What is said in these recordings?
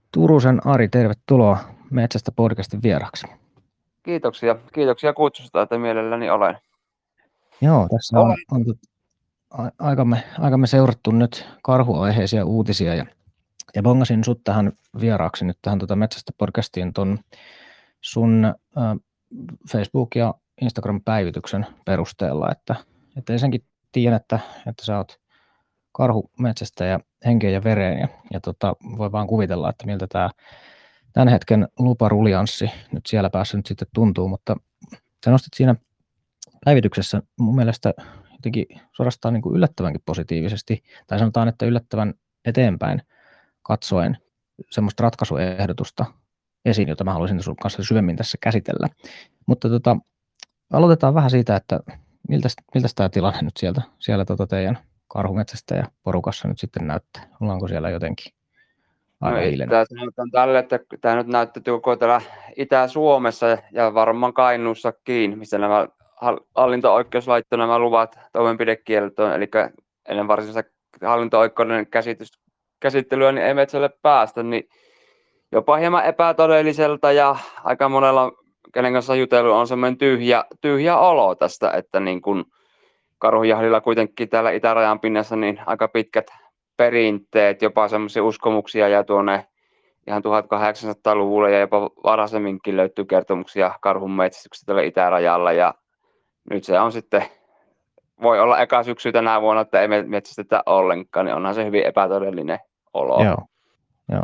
Turusen Ari, tervetuloa Metsästä podcastin vieraaksi. Kiitoksia kutsusta, että mielelläni olen. Joo, tässä on aikamme seurattu nyt karhuaiheisia uutisia ja bongasin sut tähän vieraaksi nyt tähän Metsästä podcastiin ton sun Facebook- ja Instagram-päivityksen perusteella, että ensinnäkin tiedän, että sä oot karhumetsästäjä henkeen ja vereen ja voi vaan kuvitella, että miltä tämä tämän hetken luparuljanssi nyt siellä päässä nyt sitten tuntuu, mutta sä nostit siinä päivityksessä mun mielestä jotenkin suorastaan niin kuin yllättävänkin positiivisesti, tai sanotaan, että yllättävän eteenpäin katsoen semmoista ratkaisuehdotusta esiin, jota mä haluaisin sun kanssa syvemmin tässä käsitellä. Mutta aloitetaan vähän siitä, että miltä tämä tilanne nyt siellä teidän karhumetsästä ja porukassa nyt sitten näyttää? Ollaanko siellä jotenkin aika hiljenen? Tämä sanotaan tälle, että tämä nyt näyttäytyy koko täällä Itä-Suomessa ja varmaan Kainuussakin, missä nämä hallinto-oikeus laittoi nämä luvat toimenpidekieltoon, eli ennen varsinaista hallinto-oikeuden käsittelyä niin ei metsälle päästä, niin jopa hieman epätodelliselta ja aika monella, kenen kanssa jutellut, on semmoinen tyhjä olo tästä, että niin kuin karhujahdilla kuitenkin täällä itärajan pinnassa niin aika pitkät perinteet, jopa semmoisia uskomuksia ja tuonne ihan 1800-luvulle ja jopa varhaisemminkin löytyy kertomuksia karhun metsästyksestä tällä itärajalla ja nyt se on sitten, voi olla eka syksy tänä vuonna, että ei metsästetä ollenkaan, niin onhan se hyvin epätodellinen olo. Joo.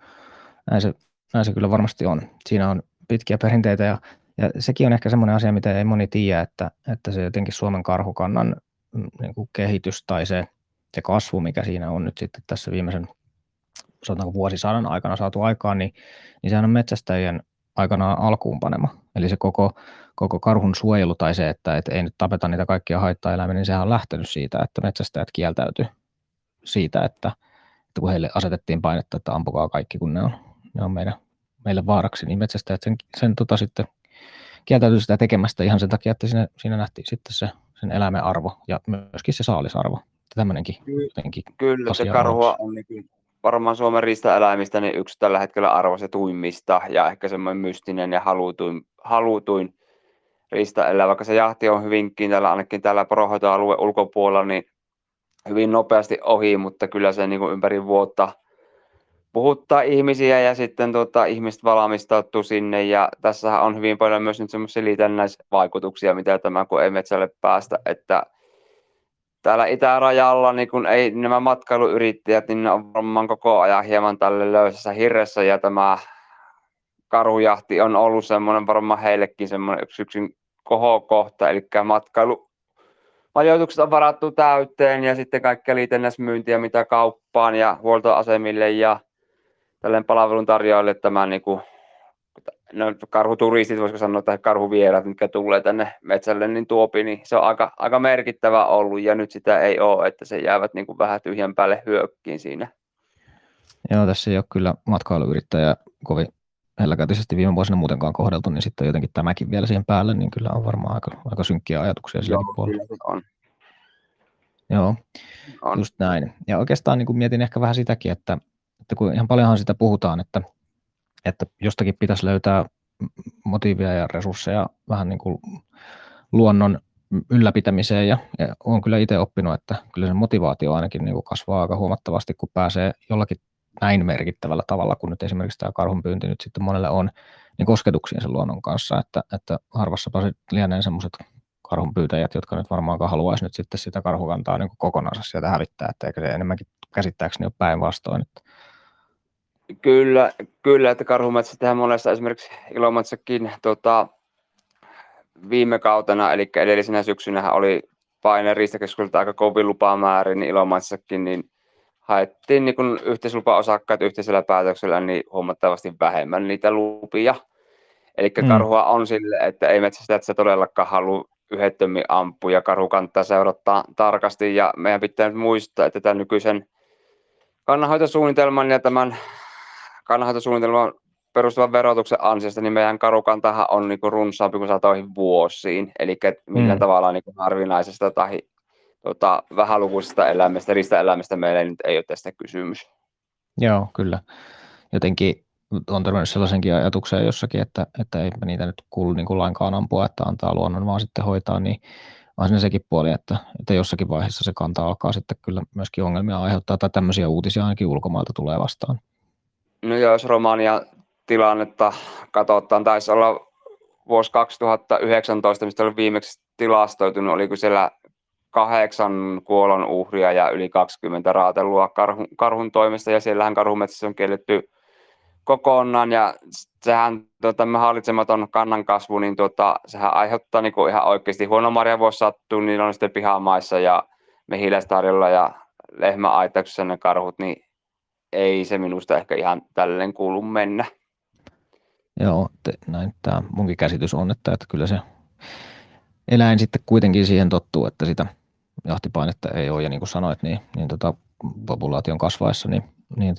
Näin se kyllä varmasti on. Siinä on pitkiä perinteitä ja sekin on ehkä semmoinen asia, mitä ei moni tiedä, että se jotenkin Suomen karhukannan niin kuin kehitys tai se kasvu, mikä siinä on nyt sitten tässä viimeisen sanotaanko vuosisadan aikana saatu aikaan, niin sehän on metsästäjien aikanaan alkuunpanema. Eli se koko karhun suojelu tai se, että ei nyt tapeta niitä kaikkia haittaeläimiä, niin sehän on lähtenyt siitä, että metsästäjät kieltäytyi siitä, että kun heille asetettiin painetta, että ampukaa kaikki, kun ne on meille vaaraksi, niin metsästäjät sen sitten kieltäytyi sitä tekemästä ihan sen takia, että siinä nähtiin sitten sen eläimen arvo ja myöskin se saalisarvo. Tämmöinenkin jotenkin Kyllä, se asia karhua on niin varmaan Suomen riistaeläimistä niin yksi tällä hetkellä arvostetuimmista ja ehkä semmoinen mystinen ja halutuin riistaeläin, vaikka se jahti on hyvinkin ainakin täällä poronhoitoalueen ulkopuolella niin hyvin nopeasti ohi, mutta kyllä se niin kuin ympäri vuotta puhuttaa ihmisiä ja sitten ihmiset valmistautuu sinne ja tässä on hyvin paljon myös nyt semmoisia liitännäisvaikutuksia, mitä tämä kun ei metsälle päästä, että täällä itärajalla niin kun ei nämä matkailuyrittäjät, niin ne on varmaan koko ajan hieman tälle löysässä hirressä ja tämä karhujahti on ollut semmoinen varmaan heillekin semmoinen yksi syksyn kohokohta, eli majoitukset on varattu täyteen ja sitten kaikkea liitännäismyyntiä mitä kauppaan ja huoltoasemille ja tälleen palveluntarjoajille tämä niinku karhuturistit, voisiko sanoa, tai karhuvieraat, mitkä tulee tänne metsälle, niin tuopi, niin se on aika merkittävä ollut, ja nyt sitä ei ole, että se jäävät niin kuin vähän tyhjän päälle hyökkiin siinä. Joo, tässä ei ole kyllä matkailuyrittäjä kovin helläkätisesti viime vuosina muutenkaan kohdeltu, niin sitten jotenkin tämäkin vielä siihen päälle, niin kyllä on varmaan aika synkkiä ajatuksia silläkin puolella. Kyllä on. Joo, on. Just näin. Ja oikeastaan niin kuin mietin ehkä vähän sitäkin, että kun ihan paljonhan sitä puhutaan, että jostakin pitäisi löytää motiivia ja resursseja vähän niin kuin luonnon ylläpitämiseen ja olen kyllä itse oppinut, että kyllä se motivaatio ainakin niin kuin kasvaa aika huomattavasti, kun pääsee jollakin näin merkittävällä tavalla, kun nyt esimerkiksi tämä karhunpyynti nyt sitten monelle on, niin kosketuksiin sen luonnon kanssa, että harvassapa lienee semmoiset karhunpyytäjät, jotka nyt varmaankaan haluaisi nyt sitten sitä karhukantaa niin kuin kokonaan sieltä hävittää, että eikä se enemmänkin käsittääkseni ole päinvastoin. Kyllä, että karhumetsästähän monessa esimerkiksi Ilomantsissakin viime kautena, eli edellisenä syksynä oli paine riistakeskukselta aika kovin lupamäärin, niin Ilomantsissakin niin haettiin niin kun yhteislupaosakkaat yhteisellä päätöksellä niin huomattavasti vähemmän niitä lupia. Eli karhua on sille, että ei metsästäjät se todellakaan halua yhdettömmin ampua ja karhukantaa seurata tarkasti. Ja meidän pitää nyt muistaa, että tämän nykyisen kannanhoitosuunnitelman ja tämän kannanhoitosuunnitelman perustuvan verotuksen ansiosta, niin meidän karhukantahan on niin kuin runsaampi kuin satoihin vuosiin. Eli millään tavalla niin kuin harvinaisesta tai vähälukuisesta eläimestä, riistaeläimestä meillä nyt ei ole tästä kysymys. Joo, kyllä. jotenkin on törmännyt sellaisenkin ajatukseen jossakin, että ei niitä nyt kuulu niin kuin lainkaan ampua, että antaa luonnon vaan sitten hoitaa, niin on siinä sekin puoli, että jossakin vaiheessa se kanta alkaa sitten kyllä myöskin ongelmia aiheuttaa, tai tämmöisiä uutisia ainakin ulkomailta tulee vastaan. No joo, jos Romanian tilannetta katsotaan, taisi olla vuosi 2019, mistä oli viimeksi tilastoitunut, oliko siellä 8 kuolon uhria ja yli 20 raatelua karhun toimesta, ja siellähän karhumetsässä on kielletty kokonaan, ja sehän hallitsematon kannan kasvu, niin sehän aiheuttaa niin ihan oikeasti huono marjavuosi sattuu, niin on sitten pihamaissa ja mehiläistarjolla ja lehmäaitauksessa ne karhut, niin ei se minusta ehkä ihan tälleen kuulu mennä. Joo, näin tämä munkin käsitys on, että kyllä se eläin sitten kuitenkin siihen tottuu, että sitä jahtipainetta ei ole, ja niin kuin sanoit, niin populaation kasvaessa, niin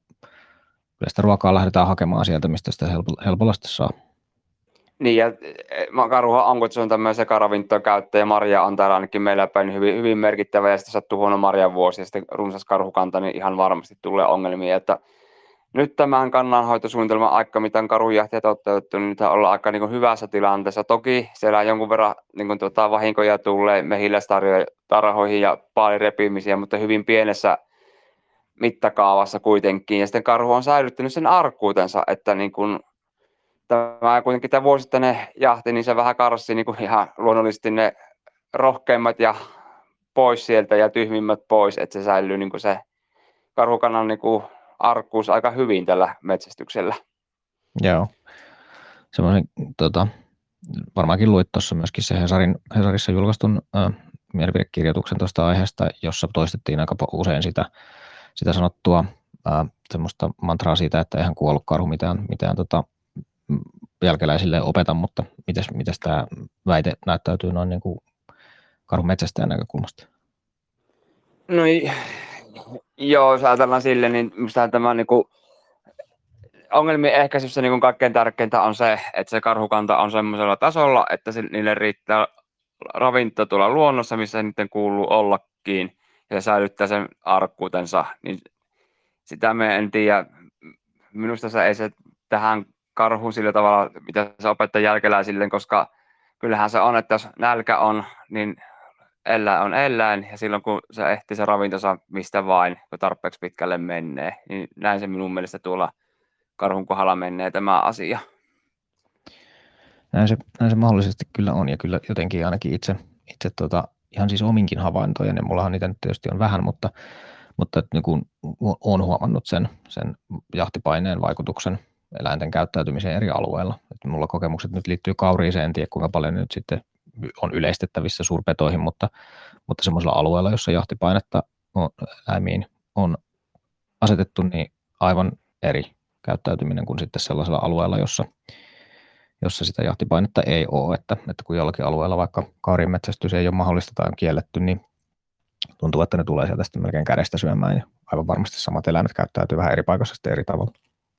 kyllä sitä ruokaa lähdetään hakemaan sieltä, mistä sitä helpolla saa. Niin, ja karhuhan on, kun se on tämmöinen sekaravintokäyttäjä, ja marja on täällä ainakin meillä päin hyvin, hyvin merkittävä, ja sitten sattuu huono marjan vuosi, ja sitten runsas karhukanta, niin ihan varmasti tulee ongelmia, että nyt tämän kannanhoitosuunnitelman aika, mitä on karhunjahtia toteutettu, niin nyt ollaan aika niin hyvässä tilanteessa. Toki siellä jonkun verran niin vahinkoja tulee mehiläistarhoihin ja paalirepimisiä, mutta hyvin pienessä mittakaavassa kuitenkin. Ja sitten karhu on säilyttänyt sen arkkuutensa, että niin kuin, kuitenkin tämä vuosittainen jahti, niin se vähän karsii niin ihan luonnollisesti ne rohkeimmat ja pois sieltä ja tyhmimmät pois, että se säilyy niin se karhukannan niin arkkuus aika hyvin tällä metsästyksellä. Joo. Semmoisen, varmaankin luit tuossa myöskin se Hesarissa julkaistun mielipidekirjoituksen tuosta aiheesta, jossa toistettiin aika usein sitä sanottua semmoista mantraa siitä, että eihän kuollut karhu mitään jälkeläisille opeta, mutta mites tämä väite näyttäytyy noin niin kuin karhun metsästäjän näkökulmasta? No joo, jos ajatellaan sille, niin minusta tämä niin kuin ongelmien ehkäisyssä niin kaikkein tärkeintä on se, että se karhukanta on semmoisella tasolla, että niille riittää ravinto tuolla luonnossa, missä niiden kuuluu ollakin, ja se säilyttää sen arkkuutensa. Niin sitä me en tiedä. Minusta se ei se tähän karhuun sillä tavalla, mitä se opettaa jälkeläisille, koska kyllähän se on, että jos nälkä on, niin eläin on eläin, ja silloin kun se ehtii se ravintonsa mistä vain, kun tarpeeksi pitkälle menee, niin näin se minun mielestä tuolla karhun kohdalla menee tämä asia. Näin se mahdollisesti kyllä on, ja kyllä jotenkin ainakin itse ihan siis ominkin havaintojen, ja mullahan niitä nyt tietysti on vähän, mutta niin kuin olen huomannut sen jahtipaineen vaikutuksen eläinten käyttäytymiseen eri alueilla. Että mulla kokemukset nyt liittyy kauriiseen, en tiedä kuinka paljon nyt sitten on yleistettävissä suurpetoihin, mutta semmoisella alueella, jossa jahtipainetta eläimiin on asetettu, niin aivan eri käyttäytyminen kuin sitten sellaisella alueella, jossa sitä jahtipainetta ei ole, että kun jollakin alueella vaikka kaurien metsästys ei ole mahdollista tai on kielletty, niin tuntuu, että ne tulee sieltä sitten melkein kädestä syömään, ja aivan varmasti samat eläimet käyttäytyy vähän eri paikassa sitten eri tavalla.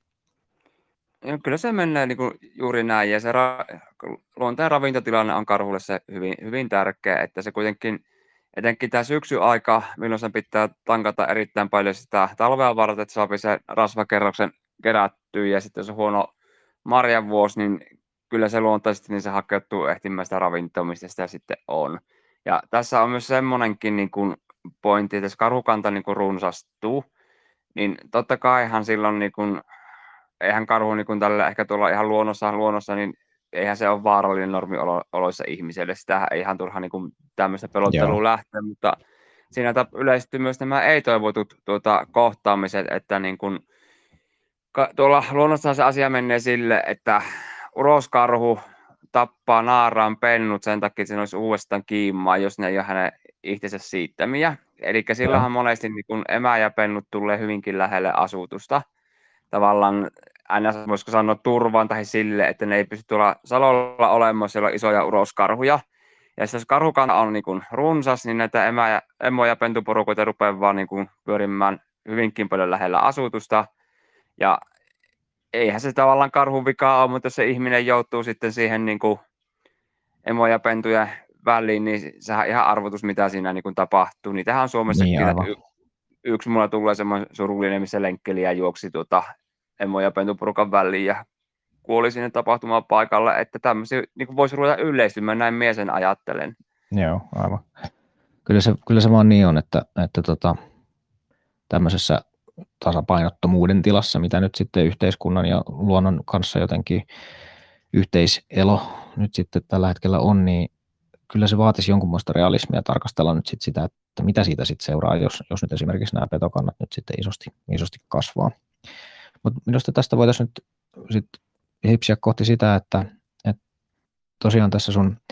Ja kyllä se menee niin kuin juuri näin, ja se luonteen ravintotilanne on karhulle se hyvin, hyvin tärkeä, että se kuitenkin, etenkin tämä syksyaika, milloin sen pitää tankata erittäin paljon sitä talvea varten, että saa sen rasvakerroksen kerättyä, ja sitten jos on huono marjanvuosi, niin kyllä se luontaisesti niin se hakeutuu ehtimään sitä ravintoa, mistä sitä sitten on. Ja tässä on myös semmoinenkin niin kuin pointti, että jos karhukanta niin kuin runsastuu, niin totta kaihan silloin, niin kuin, eihän karhu niin kuin tällä ehkä tuolla ihan luonnossa, niin eihän se ole vaarallinen normioloissa ihmiselle. Sitä ei ihan turha niin kuin tämmöistä pelottelua lähteä, mutta siinä yleistyy myös nämä ei-toivotut kohtaamiset, että niin kuin, tuolla luonnossa se asia menee sille, että uroskarhu tappaa naaraan pennut sen takia, että se olisi uudestaan kiimaa, jos ne ei ole hänen itsensä siittämiä. Eli silloinhan monesti niin kun emä ja pennut tulee hyvinkin lähelle asutusta. Tavallaan ns. Voisiko sanoa turvaan tai sille, että ne ei pysty tuolla salolla olemaan, siellä on isoja uroskarhuja. Ja jos karhukanta on niin kun runsas, niin näitä emo- ja pentuporukoita rupeaa vaan niin kun pyörimään hyvinkin paljon lähellä asutusta. Ja eihän se tavallaan karhun vikaa ole, mutta jos se ihminen joutuu sitten siihen niin kuin emo- ja pentujen väliin, niin sehän on ihan arvotus, mitä siinä niin kuin tapahtuu. Niitähän on Suomessakin. Niin, yksi mulla tulee semmoinen surullinen, missä lenkkeliä juoksi emo- ja pentuporukan väliin ja kuoli sinne tapahtumapaikalle, että tämmöisiä niin voisi ruveta yleistymään, näin mies sen ajattelen. Joo, aivan. Kyllä se vaan niin on, että tämmöisessä tasapainottomuuden tilassa, mitä nyt sitten yhteiskunnan ja luonnon kanssa jotenkin yhteiselo nyt sitten tällä hetkellä on, niin kyllä se vaatisi jonkunlaista realismia tarkastella nyt sit sitä, että mitä siitä sitten seuraa, jos nyt esimerkiksi nämä petokannat nyt sitten isosti kasvaa. Mutta minusta tästä voitaisiin nyt sit hipsiä kohti sitä, että tosiaan tässä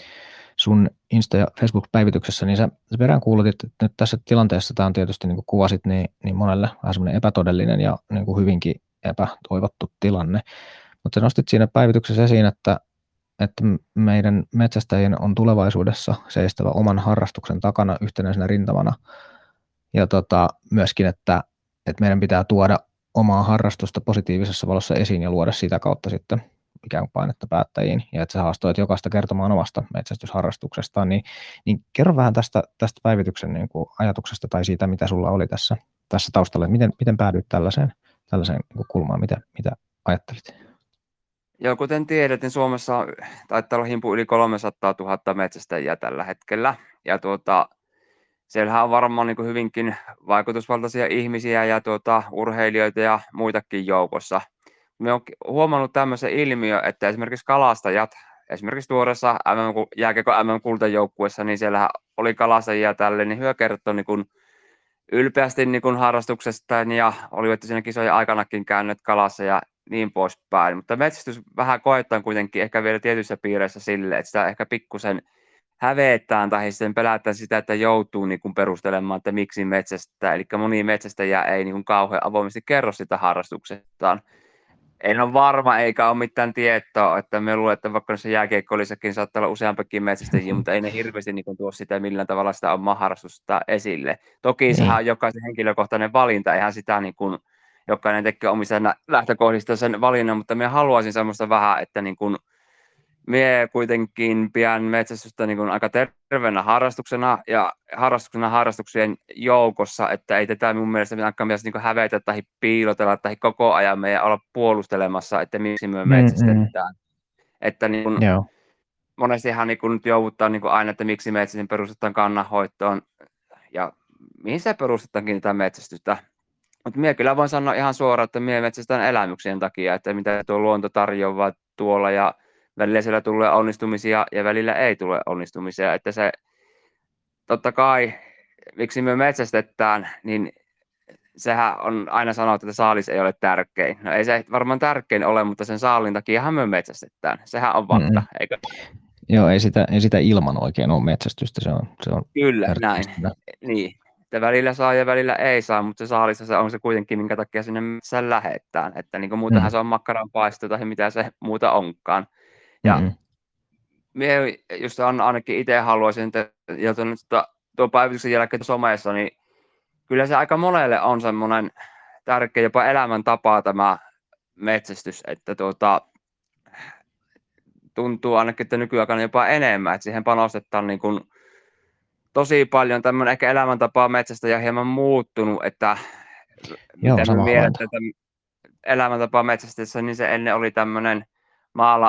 sun Insta- ja Facebook-päivityksessä, niin sä peräänkuulutit, että nyt tässä tilanteessa tämä on tietysti, niin kuin kuvasit, niin monelle vähän semmoinen epätodellinen ja niin kuin hyvinkin epätoivottu tilanne. Mutta sä nostit siinä päivityksessä esiin, että meidän metsästäjien on tulevaisuudessa seistävä oman harrastuksen takana yhtenäisenä rintamana. Ja myöskin, että meidän pitää tuoda omaa harrastusta positiivisessa valossa esiin ja luoda sitä kautta sitten ikään kuin painetta päättäjiin. Ja että sä haastoit jokaista kertomaan omasta metsästysharrastuksestaan. Niin kerro vähän tästä päivityksen niin kuin ajatuksesta tai siitä, mitä sulla oli tässä taustalla. Miten päädyit tällaiseen niin kuin kulmaan? Mitä ajattelit? Joo, kuten tiedät, niin Suomessa taitaa olla himpu yli 300 000 metsästäjää tällä hetkellä. Ja siellähän on varmaan niin kuin hyvinkin vaikutusvaltaisia ihmisiä ja urheilijoita ja muitakin joukossa. Me on huomannut tämmöisen ilmiön, että esimerkiksi kalastajat, esimerkiksi tuoreessa jääkiekon MM-kultajoukkuessa, niin siellähän oli kalastajia tälle, niin he kertoi niin ylpeästi niin harrastuksestaan ja olivat siinä kisojen aikanakin käyneet kalassa ja niin poispäin. Mutta metsästys vähän koetaan kuitenkin ehkä vielä tietyissä piireissä sille, että sitä ehkä pikkusen hävetään tai sitten pelätään sitä, että joutuu niin kuin perustelemaan, että miksi metsästää. Eli moni metsästäjä ei niin kuin kauhean avoimesti kerro sitä harrastuksestaan. En ole varma, eikä ole mitään tietoa, että me luulen, että vaikka noissa jääkiekkoilissakin saattaa olla useampakin metsästäjiä, mutta ei ne hirveästi niin tuo sitä millään tavalla sitä omaa harrastusta esille. Toki Niin. sehän on jokaisen henkilökohtainen valinta, eihän sitä niin kuin, jokainen tekee omista lähtökohdista sen valinnan, mutta minä haluaisin semmoista vähän, että niin kuin, minä kuitenkin pidän metsästystä niin kuin aika terveenä harrastuksena ja harrastuksien joukossa, että ei tätä mun mielestä mitään mielessä niin hävetä tai piilotella tai koko ajan meidän olla puolustelemassa, että miksi me metsästetään. Että niin kuin, monestihan niin kuin nyt jouduttaa niin kuin aina, että miksi metsästys perustetaan kannanhoitoon ja mihin se perustetaankin tätä metsästystä. Mutta minä kyllä voin sanoa ihan suoraan, että minä metsästän elämyksien takia, että mitä tuo luonto tarjoaa tuolla ja välillä siellä tulee onnistumisia ja välillä ei tule onnistumisia, että se totta kai, miksi me metsästetään, niin sehän on aina sanottu, että saalis ei ole tärkein. No ei se varmaan tärkein ole, mutta sen saalin takiahan me metsästetään. Sehän on fakta, eikö? Joo, ei sitä ilman oikein ole metsästystä, se on kyllä, näin. Niin. Että välillä saa ja välillä ei saa, mutta se saalissa se on se kuitenkin, minkä takia sinne metsään lähetään. Että niin kuin muutenhan se on makkaranpaisto tai mitä se muuta onkaan. Ja minä just ainakin itse haluaisin, ja tuo päivityksen jälkeen somessa, niin kyllä se aika monelle on semmoinen tärkeä jopa elämäntapa tämä metsästys, että tuntuu ainakin, että nykyaikana jopa enemmän, että siihen panostetaan niin kuin tosi paljon. Tämmöinen ehkä elämäntapa metsästäjä hieman muuttunut, että miten me mielestäni elämäntapa metsästäjässä, niin se ennen oli tämmöinen maalla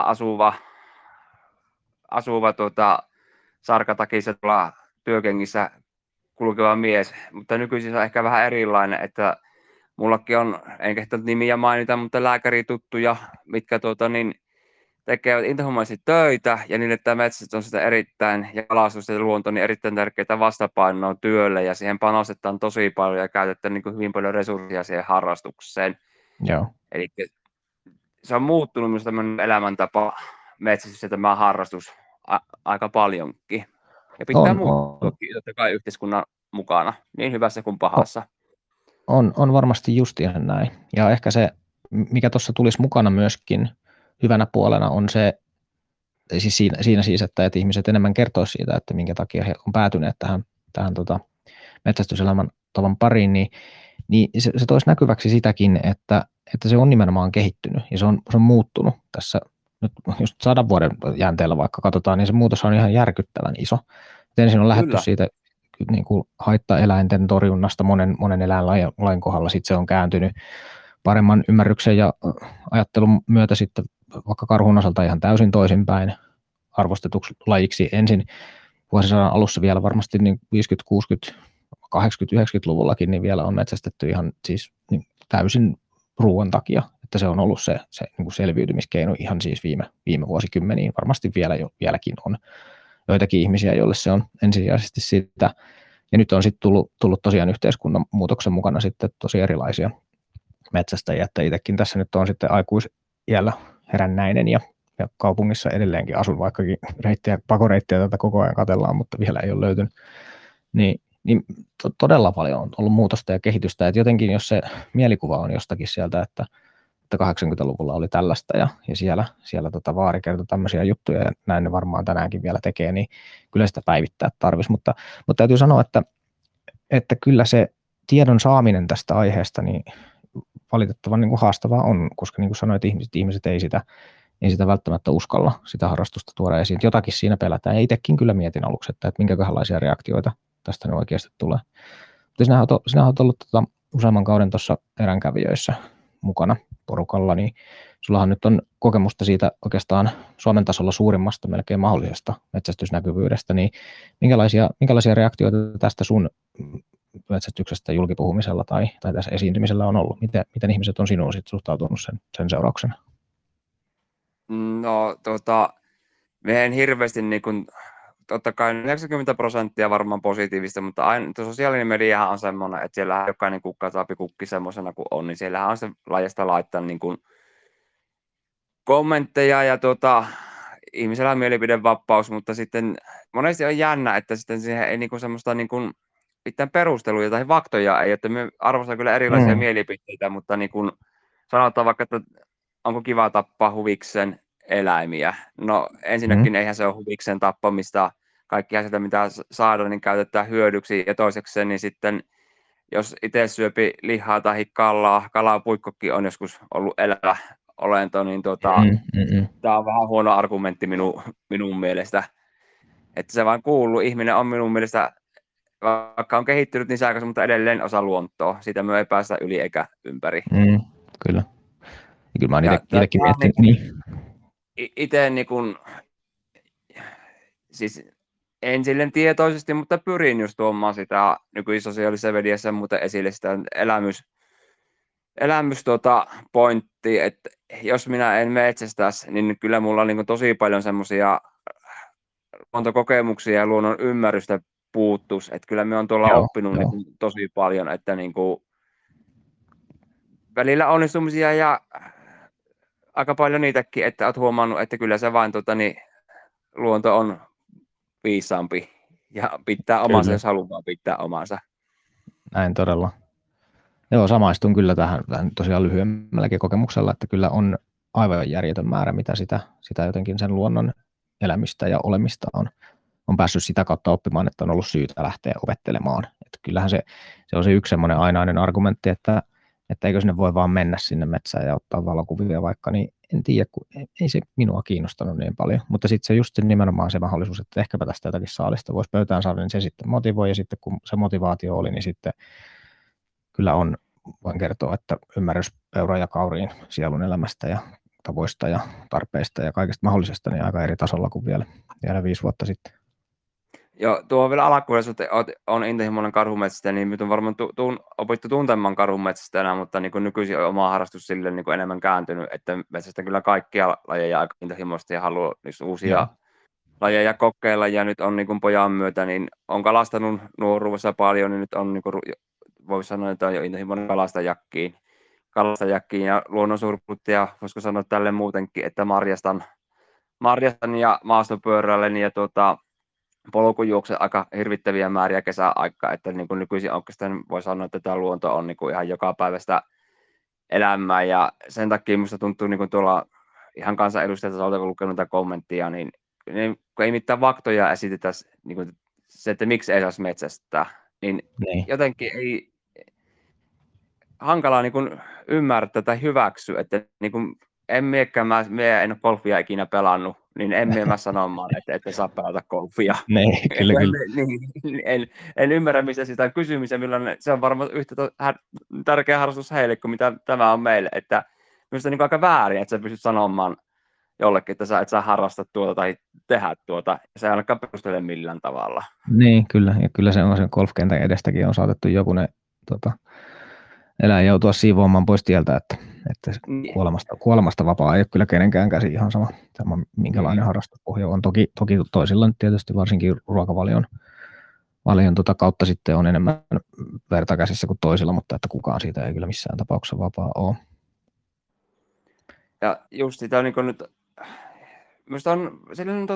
asuva sarkatakissa tuolla työkengissä kulkeva mies, mutta nykyisin se on ehkä vähän erilainen, että mullakin on, en kehtänyt nimiä mainita, mutta lääkärituttuja, mitkä tekevät intohimoisesti töitä, ja niille tämä metsästys on sitä erittäin, ja kalastus ja luonto, niin erittäin tärkeää vastapainoa työlle, ja siihen panostetaan tosi paljon, ja käytetään niin hyvin paljon resursseja siihen harrastukseen. Joo. Eli se on muuttunut myös tämmöinen elämäntapa metsästys ja tämä harrastus aika paljonkin. Ja pitää muuttua totta kai yhteiskunnan mukana, niin hyvässä kuin pahassa. On varmasti just ihan näin. Ja ehkä se, mikä tuossa tulisi mukana myöskin hyvänä puolena, on se, siis siinä siis, että ihmiset enemmän kertoisi siitä, että minkä takia he on päätyneet tähän metsästyselämän tavan pariin, niin se toisi näkyväksi sitäkin, että se on nimenomaan kehittynyt ja se on muuttunut tässä nyt just 100 vuoden jänteellä vaikka katsotaan, niin se muutos on ihan järkyttävän iso. Ensin on lähdetty siitä niin kuin haittaeläinten torjunnasta monen eläinlain kohdalla, sitten se on kääntynyt paremman ymmärryksen ja ajattelun myötä sitten vaikka karhun osalta ihan täysin toisinpäin arvostetuksi lajiksi ensin vuosisadan alussa vielä varmasti niin 50, 60, 80, 90-luvullakin niin vielä on metsästetty ihan siis niin täysin ruoan takia, että se on ollut se niin kuin selviytymiskeino ihan siis viime vuosikymmeniin, varmasti vieläkin on joitakin ihmisiä, joille se on ensisijaisesti sitä, ja nyt on sitten tullut tosiaan yhteiskunnan muutoksen mukana sitten tosi erilaisia metsästäjiä, että itsekin tässä nyt on sitten aikuisiällä herännäinen ja kaupungissa edelleenkin asun, vaikkakin pakoreittiä tätä koko ajan katsellaan, mutta vielä ei ole löytynyt, niin todella paljon on ollut muutosta ja kehitystä, että jotenkin jos se mielikuva on jostakin sieltä, että 80-luvulla oli tällaista ja siellä vaari kertoi tämmöisiä juttuja ja näin ne varmaan tänäänkin vielä tekee, niin kyllä sitä päivittää tarvitsisi, mutta täytyy sanoa, että kyllä se tiedon saaminen tästä aiheesta niin valitettavan niin kuin haastavaa on, koska niin kuin sanoit, ihmiset ei sitä välttämättä uskalla sitä harrastusta tuoda esiin. Jotakin siinä pelätään ja itsekin kyllä mietin aluksi, että minkälaisia reaktioita tästä ne oikeasti tulee. Mutta sinä olet ollut useamman kauden tuossa eränkävijöissä mukana porukalla, niin sullahan nyt on kokemusta siitä oikeastaan Suomen tasolla suurimmasta melkein mahdollisesta metsästysnäkyvyydestä, niin minkälaisia reaktioita tästä sun metsästyksestä julkipuhumisella tai tässä esiintymisellä on ollut? Miten ihmiset on sinuun sit suhtautunut sen seurauksena? No me en hirveästi niin kuin, totta kai 90% varmaan positiivista, mutta aina sosiaalinen mediahan on semmoinen, että siellä jokainen kukka saapi kukki semmoisena kuin on, niin siellähän on se lajasta laittaa niin kuin kommentteja ja ihmisellä on mielipidevapaus, mutta sitten monesti on jännä, että sitten siihen ei niinku semmoista niinku mitään perusteluja tai faktoja ei, että me arvostan kyllä erilaisia mielipiteitä, mutta niin kuin sanotaan vaikka, että onko kiva tappaa huviksen eläimiä. No ensinnäkin eihän se ole huviksen tappamista, kaikkia sitä mitä saadaan, niin käytetään hyödyksi ja toiseksi niin sitten jos itse syöpi lihaa tai kalapuikkokin on joskus ollut elävä olento, niin tämä on vähän huono argumentti minun mielestä. Että se vaan kuuluu. Ihminen on minun mielestä, vaikka on kehittynyt niin aikaisemmin, mutta edelleen osa luontoa. Siitä me ei päästä yli eikä ympäri. Kyllä. Ja kyllä mä oon itsekin miettinyt. Niin. Itse niin kun, siis en silleen tietoisesti, mutta pyrin just tuomaan sitä nykyisessä sosiaalisessa mediassa muuten esille sitä elämys pointti, että jos minä en metsästäisi, niin kyllä mulla on niin tosi paljon semmoisia luontokokemuksia ja luonnon ymmärrystä puuttuisi. Että kyllä me on tuolla oppinut niin tosi paljon, että niin kuin välillä onnistumisia ja aika paljon niitäkin, että olet huomannut, että kyllä se vain luonto on viisaampi ja pitää omansa, jos haluaa pitää omansa. Näin todella. Joo, samaistun kyllä tähän tosiaan lyhyemmälläkin kokemuksella, että kyllä on aivan järjetön määrä, mitä sitä jotenkin sen luonnon elämistä ja olemista on päässyt sitä kautta oppimaan, että on ollut syytä lähteä opettelemaan. Että kyllähän se on se yksi semmoinen ainainen argumentti, että eikö sinne voi vaan mennä sinne metsään ja ottaa valokuvia vaikka, niin en tiedä, kun ei se minua kiinnostanut niin paljon. Mutta sitten se just nimenomaan se mahdollisuus, että ehkäpä tästä jotakin saalista voisi pöytään saada, niin se sitten motivoi, ja sitten kun se motivaatio oli, niin sitten kyllä voin kertoa, että ymmärrys peuran ja kauriin sielun elämästä ja tavoista ja tarpeista ja kaikesta mahdollisesta niin aika eri tasolla kuin vielä 5 vuotta sitten. Joo, tuo on vielä alkuudessa, että on intohimoinen karhumetsästäjä, niin nyt on varmaan opittu tuntemaan karhumetsästäjänä, mutta niin kuin nykyisin on oma harrastus sille niin kuin enemmän kääntynyt, että metsästän kyllä kaikkia lajeja aika intohimoisesti ja haluan uusia lajeja kokeilla, ja nyt on niin kuin pojan myötä, niin on kalastanut nuoruudessa paljon, niin nyt on niin kuin, voi sanoa, että on jo intohimoinen kalastajakkiin ja luonnonsurffuttaja, voisiko sanoa tälle muutenkin, että marjastan ja maastopyöräilen ja polkujuoksen aika hirvittäviä määriä kesäaikaa, että niin kuin nykyisin oikeastaan voi sanoa, että tämä luonto on niin kuin ihan jokapäiväistä elämää, ja sen takia minusta tuntuu niin kuin tuolla ihan kansanedustajatasolta, kun lukenut tätä kommenttia, niin kun ei mitään faktoja esitetä, niin kuin se, että miksi ei saisi metsästää, niin jotenkin ei hankalaa niin kuin ymmärtää tai hyväksyä, että niin kuin en miekään, mä en ole golfia ikinä pelannut, niin en mä sanomaan, että ette saa pelata golfia. Nee, kyllä, kyllä. En ymmärrä, mistä sitä on kysymys, ja millainen, se on varmaan yhtä tärkeä harrastus heille kuin mitä tämä on meille, että minusta niin aika väärin, että sä pystyt sanomaan jollekin, että sä et saa harrastaa tuota tai tehdä tuota, se ei ainakaan perustele millään tavalla. Niin, kyllä, ja kyllä se on sen golfkentän edestäkin on saatettu jokunen eläin joutua siivoamaan pois tieltä, että kuolemasta vapaa ei ole kyllä kenenkään käsi ihan sama minkälainen harrastuspohja on. Toki toisilla nyt tietysti varsinkin ruokavalion kautta sitten on enemmän verta käsissä kuin toisilla, mutta että kukaan siitä ei kyllä missään tapauksessa vapaa ole. Ja just sitä niin nyt, minusta on sellainen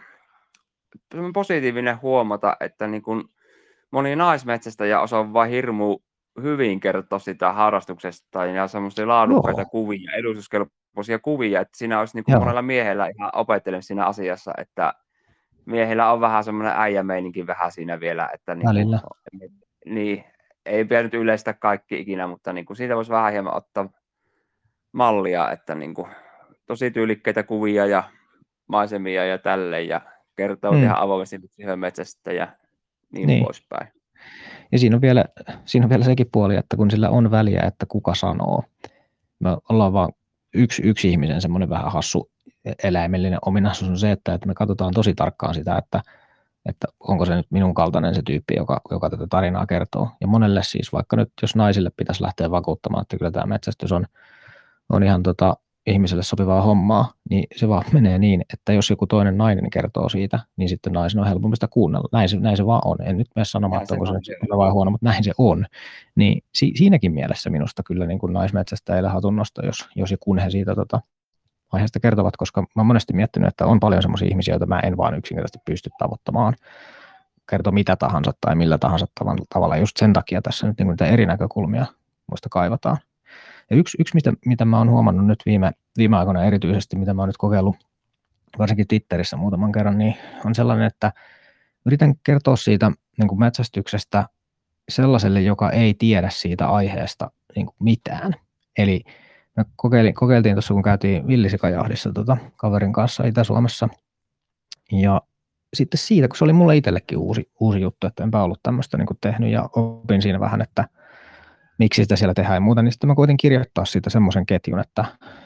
positiivinen huomata, että niin kuin moni naismetsästäjä osaa vain hirmu hyvin kertoa sitä harrastuksesta ja semmoisia laadukkaita kuvia, edustuskelpoisia kuvia, että siinä olisi niin kuin monella miehellä ihan opettelen siinä asiassa, että miehillä on vähän semmoinen äijämeininki vähän siinä vielä, että niin, ei pidä nyt yleistä kaikki ikinä, mutta niin kuin siitä voisi vähän hieman ottaa mallia, että niin kuin tosi tyylikkäitä kuvia ja maisemia ja tälleen ja kertoo ihan avoimesti metsästä ja niin poispäin. Ja siinä on vielä sekin puoli, että kun sillä on väliä, että kuka sanoo. Me ollaan vaan yksi ihmisen semmoinen vähän hassu eläimellinen ominaisuus on se, että me katsotaan tosi tarkkaan sitä, että onko se nyt minun kaltainen se tyyppi, joka tätä tarinaa kertoo. Ja monelle siis, vaikka nyt jos naisille pitäisi lähteä vakuuttamaan, että kyllä tämä metsästys on ihan ihmiselle sopivaa hommaa, niin se vaan menee niin, että jos joku toinen nainen kertoo siitä, niin sitten naisen on helpompi sitä kuunnella. Näin se vaan on. En nyt mene sanomaan, että onko se hyvä vai huono, mutta näin se on. Niin siinäkin mielessä minusta kyllä niin kuin naismetsästäjille hatunnosto, jos ja kun he siitä aiheesta kertovat, koska mä oon monesti miettinyt, että on paljon semmoisia ihmisiä, joita mä en vaan yksinkertaisesti pysty tavoittamaan. Kertoo mitä tahansa tai millä tahansa tavalla. Just sen takia tässä nyt niin kuin niitä eri näkökulmia muista kaivataan. Ja yksi mitä mä oon huomannut nyt viime aikoina erityisesti, mitä mä oon nyt kokeillut, varsinkin Twitterissä muutaman kerran, niin on sellainen, että yritän kertoa siitä niin kuin metsästyksestä sellaiselle, joka ei tiedä siitä aiheesta niin kuin mitään. Eli me kokeiltiin tuossa, kun käytiin villisikajahdissa kaverin kanssa Itä-Suomessa, ja sitten siitä, kun se oli mulle itsellekin uusi juttu, että enpä ollut tämmöistä niin kuin tehnyt, ja opin siinä vähän, että miksi sitä siellä tehdään ja muuta, niin sitten mä koitin kirjoittaa siitä semmoisen ketjun, että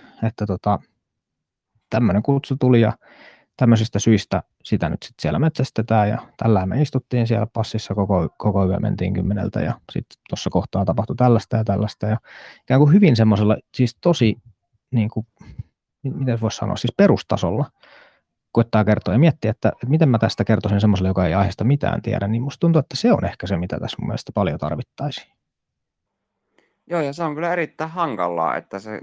tämmöinen kutsu tuli ja tämmöisistä syistä sitä nyt sitten siellä metsästetään ja tällä me istuttiin siellä passissa koko yö mentiin 10 ja sitten tuossa kohtaa tapahtui tällaista ja ikään kuin hyvin semmoisella, siis tosi niin kuin, miten voisi sanoa, siis perustasolla koettaa kertoa ja miettiä, että miten mä tästä kertoisin semmoiselle, joka ei aiheesta mitään tiedä, niin musta tuntuu, että se on ehkä se, mitä tässä mun mielestä paljon tarvittaisiin. Joo, ja se on kyllä erittäin hankalaa, että se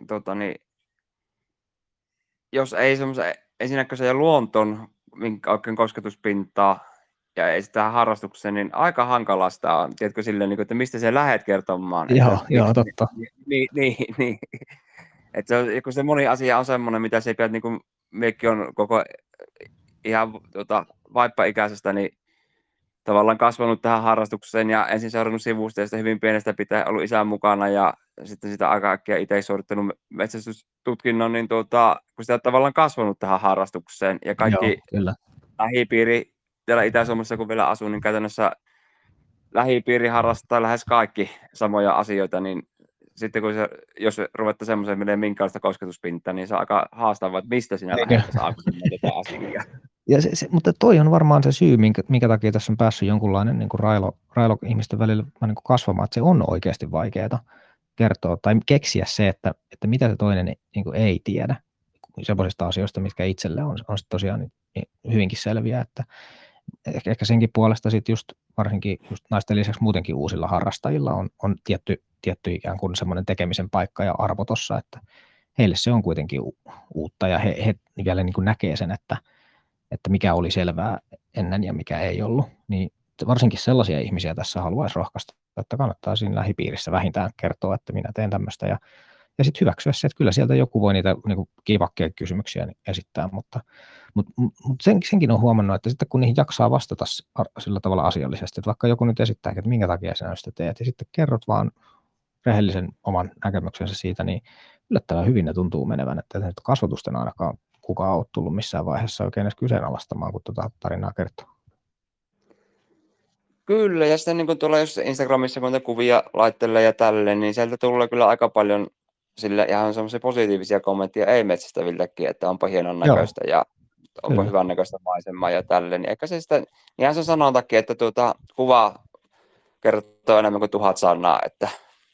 jos ei semmoisen ensinnäkin se luonton minkä oikein kosketuspintaa ja ei sitä harrastukseen, niin aika hankalaa sitä on. Tiedätkö silleen, että mistä se lähdet kertomaan? Joo, totta. Niin. Että kun se moni asia on semmoinen, mitä se ei pidä, niin kuin mekin on koko ihan vaippa-ikäisestä, niin tavallaan kasvanut tähän harrastukseen ja ensin seurannut sivusta ja sitten hyvin pienestä pitää ollut isän mukana ja sitten sitä aika äkkiä itse suorittanut metsästystutkinnon, niin kun sitä on tavallaan kasvanut tähän harrastukseen ja kaikki lähipiiri täällä Itä-Suomessa kun vielä asun, niin käytännössä lähipiiri harrastaa lähes kaikki samoja asioita, niin sitten jos ruvetaan semmoiseen menee minkälaista kosketuspintaa, niin se on aika haastavaa, että mistä sinä lähdet saavuttamaan tätä asiaa. Ja mutta toi on varmaan se syy, minkä takia tässä on päässyt jonkunlainen niin kuin railo ihmisten välillä niin kuin kasvamaan, että se on oikeasti vaikeaa kertoa tai keksiä se, että mitä se toinen niin kuin ei tiedä sellaisista asioista, mitkä itselle on tosiaan niin hyvinkin selviä, että ehkä senkin puolesta sitten just varsinkin just naisten lisäksi muutenkin uusilla harrastajilla on tietty ikään kuin semmoinen tekemisen paikka ja arvo tossa, että heille se on kuitenkin uutta ja he vielä niin kuin näkee sen, että mikä oli selvää ennen ja mikä ei ollut, niin varsinkin sellaisia ihmisiä tässä haluaisi rohkaista, että kannattaa siinä lähipiirissä vähintään kertoa, että minä teen tämmöistä ja sitten hyväksyä se, että kyllä sieltä joku voi niitä niin kuin kivakkeja kysymyksiä esittää, mutta senkin on huomannut, että sitten kun niihin jaksaa vastata sillä tavalla asiallisesti, että vaikka joku nyt esittää, että minkä takia sinä sitä teet, ja sitten kerrot vaan rehellisen oman näkemyksensä siitä, niin yllättävän hyvin ne tuntuu menevän, että nyt kasvatusten ainakaan kukaan ole tullut missään vaiheessa oikein edes kyseenalaistamaan, kun tuota tarinaa kertoo. Kyllä, ja sitten niin tuolla jos Instagramissa kun te kuvia laittelee ja tälleen, niin sieltä tulee kyllä aika paljon sille ihan semmoisia positiivisia kommentteja ei-metsästäviltäkin, että onpa hienon näköistä ja onpa Kyllä. hyvän näköistä maisemaa ja tälleen. Niin ehkä se sitten, ihan se sanontakin, että kuva kertoo enemmän kuin 1000 sanaa, että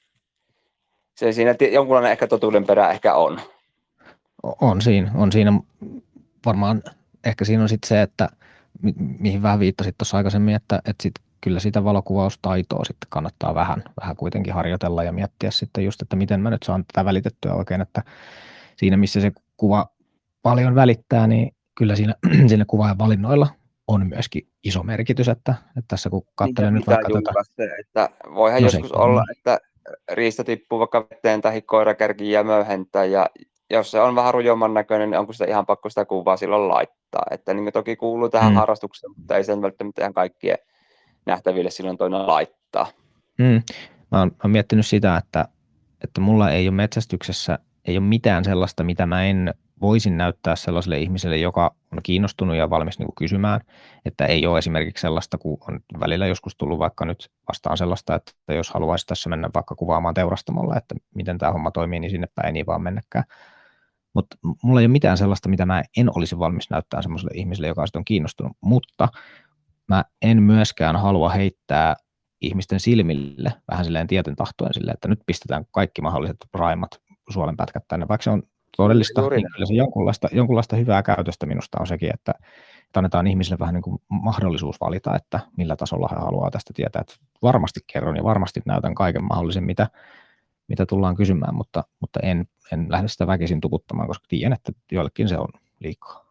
se siinä jonkunlainen ehkä totuuden perä ehkä on. On siinä varmaan, ehkä siinä on sitten se, että mihin vähän viittasit tuossa aikaisemmin, että sit kyllä sitä valokuvaustaitoa sitten kannattaa vähän kuitenkin harjoitella ja miettiä sitten just, että miten mä nyt saan tätä välitettyä oikein, että siinä missä se kuva paljon välittää, niin kyllä siinä kuvaajan valinnoilla on myöskin iso merkitys, että tässä kun katselen nyt vaikka se, että voihan joskus olla, että riista tippuu vaikka veteen tai koira kerkii ja möyhentää ja jos se on vähän rujomman näköinen, niin onko sitä ihan pakko sitä kuvaa silloin laittaa. Että niin toki kuuluu tähän harrastukseen, mutta ei sen välttämättä ihan kaikkien nähtäville silloin toinen laittaa. Mä oon miettinyt sitä, että mulla ei ole metsästyksessä ei ole mitään sellaista, mitä mä en voisin näyttää sellaiselle ihmiselle, joka on kiinnostunut ja valmis niin kuin kysymään, että ei ole esimerkiksi sellaista, kun on välillä joskus tullut vaikka nyt vastaan sellaista, että jos haluaisi tässä mennä vaikka kuvaamaan teurastamolla, että miten tämä homma toimii, niin sinne päin ei niin vaan mennäkään. Mutta mulla ei ole mitään sellaista, mitä mä en olisi valmis näyttää sellaiselle ihmiselle, joka on kiinnostunut, mutta mä en myöskään halua heittää ihmisten silmille vähän silleen tieten tahtoen silleen, että nyt pistetään kaikki mahdolliset raimat suolenpätkät tänne, vaikka se on todellista, niin kyllä se jonkunlaista hyvää käytöstä minusta on sekin, että annetaan ihmisille vähän niin kuin mahdollisuus valita, että millä tasolla he haluaa tästä tietää, että varmasti kerron ja varmasti näytän kaiken mahdollisen, mitä tullaan kysymään, mutta en lähde sitä väkisin tuputtamaan, koska tiedän, että joillekin se on liikaa.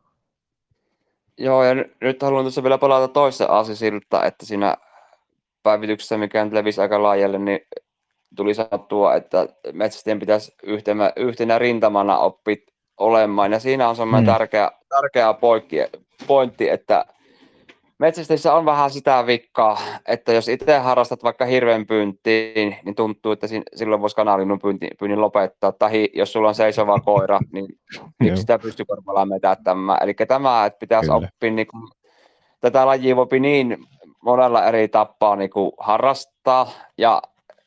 Joo, ja nyt haluan tuossa vielä palata toiseen aasisiltaan, että siinä päivityksessä, mikä nyt levisi aika laajalle, niin tuli sanottua, että metsästäjien pitäisi yhtenä rintamana oppia olemaan. Ja siinä on semmoinen tärkeä pointti, että metsästäjissä on vähän sitä vikkaa, että jos itse harrastat vaikka hirvenpyyntiin, niin tuntuu, että silloin voisi kanalinnun pyynnin lopettaa. Tai jos sulla on seisova koira, niin miksi sitä pystykorvalla metättämään. Eli tämä, että pitäisi oppia, niin kuin, tätä lajia voi niin monella eri tapaa niin kuin harrastaa. Ja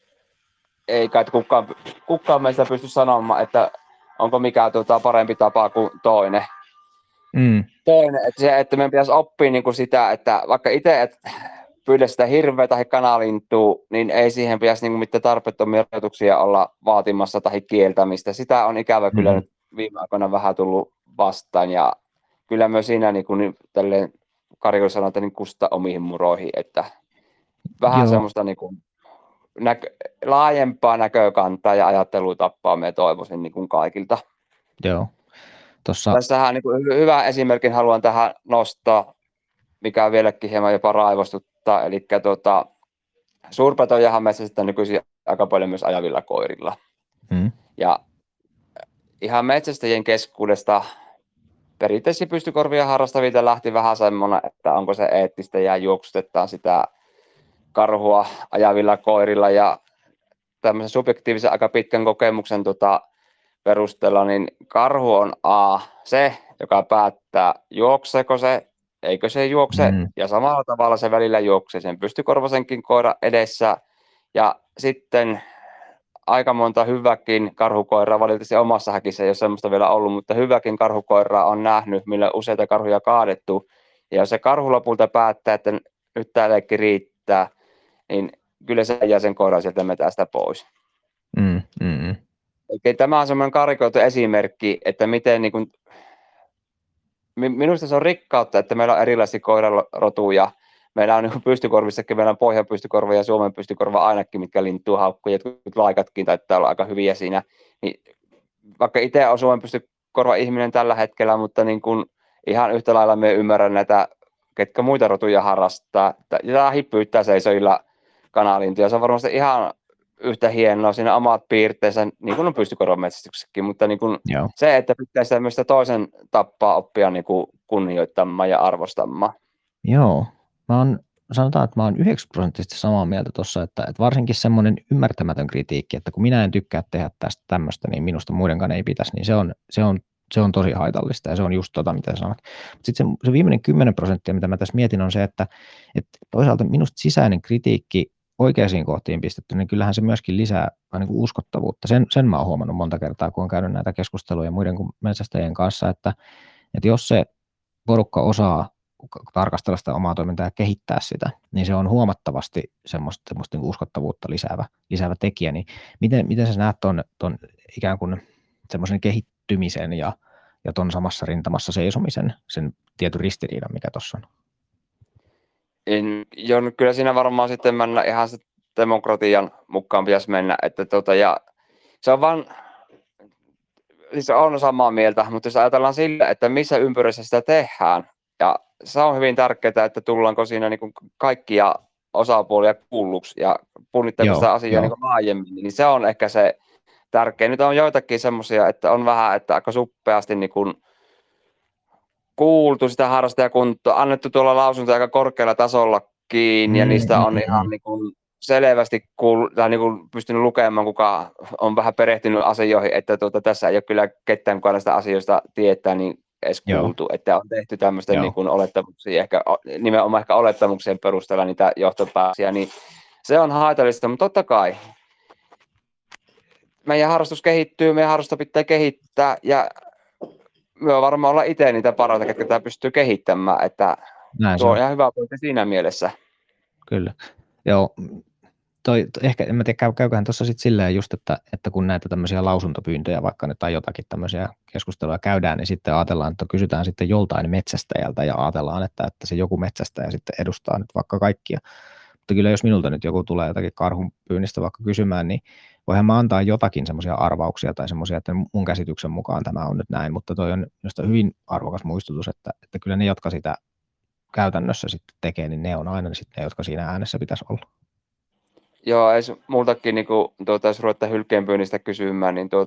ei kai kukaan meistä pysty sanomaan, että onko mikään parempi tapa kuin toinen. Toinen, että meidän pitäisi oppia niin kuin sitä, että vaikka itse et pyydä sitä hirveä tai kanalintua, niin ei siihen pitäisi niin kuin mitään tarpeettomia rajoituksia olla vaatimassa tai kieltämistä. Sitä on ikävä kyllä nyt viime aikoina vähän tullut vastaan ja kyllä myös siinä niin kuin tälleen Kari sanoi, että niin kusta omiin muroihin, että vähän semmoista niin kuin laajempaa näkökantaa ja ajattelutappaa me toivoisin niin kuin kaikilta. Joo. Tässähän niin kuin hyvä esimerkin haluan tähän nostaa, mikä vieläkin hieman jopa raivostuttaa, eli suurpetojahan metsästetään nykyisin aika paljon myös ajavilla koirilla. Ja ihan metsästäjien keskuudesta perinteisesti pystykorvia harrastavilta lähti vähän semmoinen, että onko se eettistä ja juoksutetaan sitä karhua ajavilla koirilla ja tämmöisen subjektiivisen aika pitkän kokemuksen perusteella, niin karhu on se, joka päättää juokseeko se, eikö se juokse, ja samalla tavalla se välillä juoksee sen pystykorvasenkin koira edessä, ja sitten aika monta hyväkin karhukoiraa, valitettavasti omassa häkissä ei ole semmoista vielä ollut, mutta hyväkin karhukoiraa on nähnyt, millä useita karhuja kaadettu, ja jos se karhu lopulta päättää, että nyt tämä leikki riittää, niin kyllä se jää sen koiran sieltä metästä pois. Eli tämä on semmoinen karikoitu esimerkki, että miten niin kuin, minusta se on rikkautta, että meillä on erilaisia koirarotuja. Meillä on niin pystykorvissakin, meillä on pohjapystykorva ja Suomen pystykorva ainakin, mitkä lintuu haukkuja, jotkut laikatkin taitaa olla aika hyviä siinä. Niin, vaikka itse olen Suomen pystykorva ihminen tällä hetkellä, mutta niin kuin, ihan yhtä lailla me ymmärrän näitä, ketkä muita rotuja harrastaa. Ja hippyyttää seisojilla kanalintuja. Se on varmasti ihan yhtä hienoa, siinä omat piirteensä, niin kuin on pystykorvametsästyksessäkin, mutta niin kuin se, että pitäisi tämmöistä toisen tappaa oppia niin kuin kunnioittamaan ja arvostamaan. Joo, mä oon sanotaan, että mä oon 9% samaa mieltä tuossa, että varsinkin semmoinen ymmärtämätön kritiikki, että kun minä en tykkää tehdä tästä tämmöistä, niin minusta muidenkaan ei pitäisi, niin se on tosi haitallista ja se on just mitä sanot. Sitten se viimeinen 10%, mitä mä tässä mietin, on se, että toisaalta minusta sisäinen kritiikki oikeisiin kohtiin pistetty, niin kyllähän se myöskin lisää niin kuin uskottavuutta. Sen mä oon huomannut monta kertaa, kun on käynyt näitä keskusteluja muiden kuin metsästäjien kanssa, että jos se porukka osaa tarkastella sitä omaa toimintaa ja kehittää sitä, niin se on huomattavasti semmoista niin kuin uskottavuutta lisäävä tekijä. Niin miten sä näet ton ikään kuin semmoisen kehittymisen ja ton samassa rintamassa seisomisen, sen tietyn ristiriidan, mikä tuossa on? Kyllä siinä varmaan sitten mennä ihan se demokratian mukaan pitäisi mennä, että ja se on vaan, siis on samaa mieltä, mutta jos ajatellaan sillä, että missä ympyröissä sitä tehdään, ja se on hyvin tärkeää, että tullaanko siinä niin kuin kaikkia osapuolia kuulluksi ja punnittaako sitä asiaa niin kuin laajemmin, niin se on ehkä se tärkeä. Nyt on joitakin semmoisia, että on vähän, että aika suppeasti niin kuin kuultu sitä harrastajakuntaa, annettu tuolla lausuntoja aika korkealla tasollakin, ja niistä on ihan niin kuin selvästi niin kuin pystynyt lukemaan, kuka on vähän perehtynyt asioihin, että tässä ei ole kyllä ketään, kuka näistä asioista tietää, niin edes kuultu, että on tehty tämmöisten niin kuin olettamuksia, nimenomaan ehkä olettamuksien perusteella niitä johtopäätöksiä, niin se on haitallista, mutta totta kai meidän harrastus kehittyy, meidän harrastusta pitää kehittää, ja me varmaan olla itse niitä parhaita, ketkä tämä pystyy kehittämään, että tuo on ihan hyvä pointti siinä mielessä. Kyllä. Joo, ehkä en mä tiedä, käyköhän tuossa sitten silleen just, että kun näitä tämmöisiä lausuntopyyntöjä vaikka nyt tai jotakin tämmöisiä keskusteluja käydään, niin sitten ajatellaan, että kysytään sitten joltain metsästäjältä ja ajatellaan, että se joku metsästäjä sitten edustaa nyt vaikka kaikkia. Mutta kyllä jos minulta nyt joku tulee jotakin karhun pyynnistä vaikka kysymään, niin voihan mä antaa jotakin semmoisia arvauksia tai semmoisia, että mun käsityksen mukaan tämä on nyt näin, mutta toi on minusta hyvin arvokas muistutus, että kyllä ne, jotka sitä käytännössä sitten tekee, niin ne on aina sitten ne, jotka siinä äänessä pitäisi olla. Joo, ei multakin, niin jos ruvetaan hylkeenpyynnistä kysymään, niin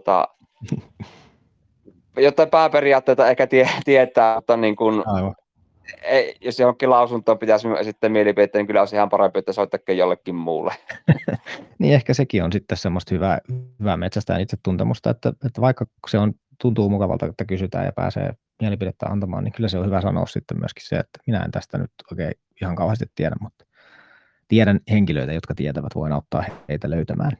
jotain pääperiaatteita ehkä tietää, mutta niin kuin, jos johonkin lausuntoon pitäisi esittää mielipiteitä, niin kyllä olisi ihan parempi, että soittakin jollekin muulle. Niin ehkä sekin on sitten semmoista hyvää metsästäjän itsetuntemusta, että vaikka se tuntuu mukavalta, että kysytään ja pääsee mielipidettä antamaan, niin kyllä se on hyvä sanoa sitten myöskin se, että minä en tästä nyt oikein ihan kauheasti tiedä, mutta tiedän henkilöitä, jotka tietävät, voin auttaa heitä löytämään.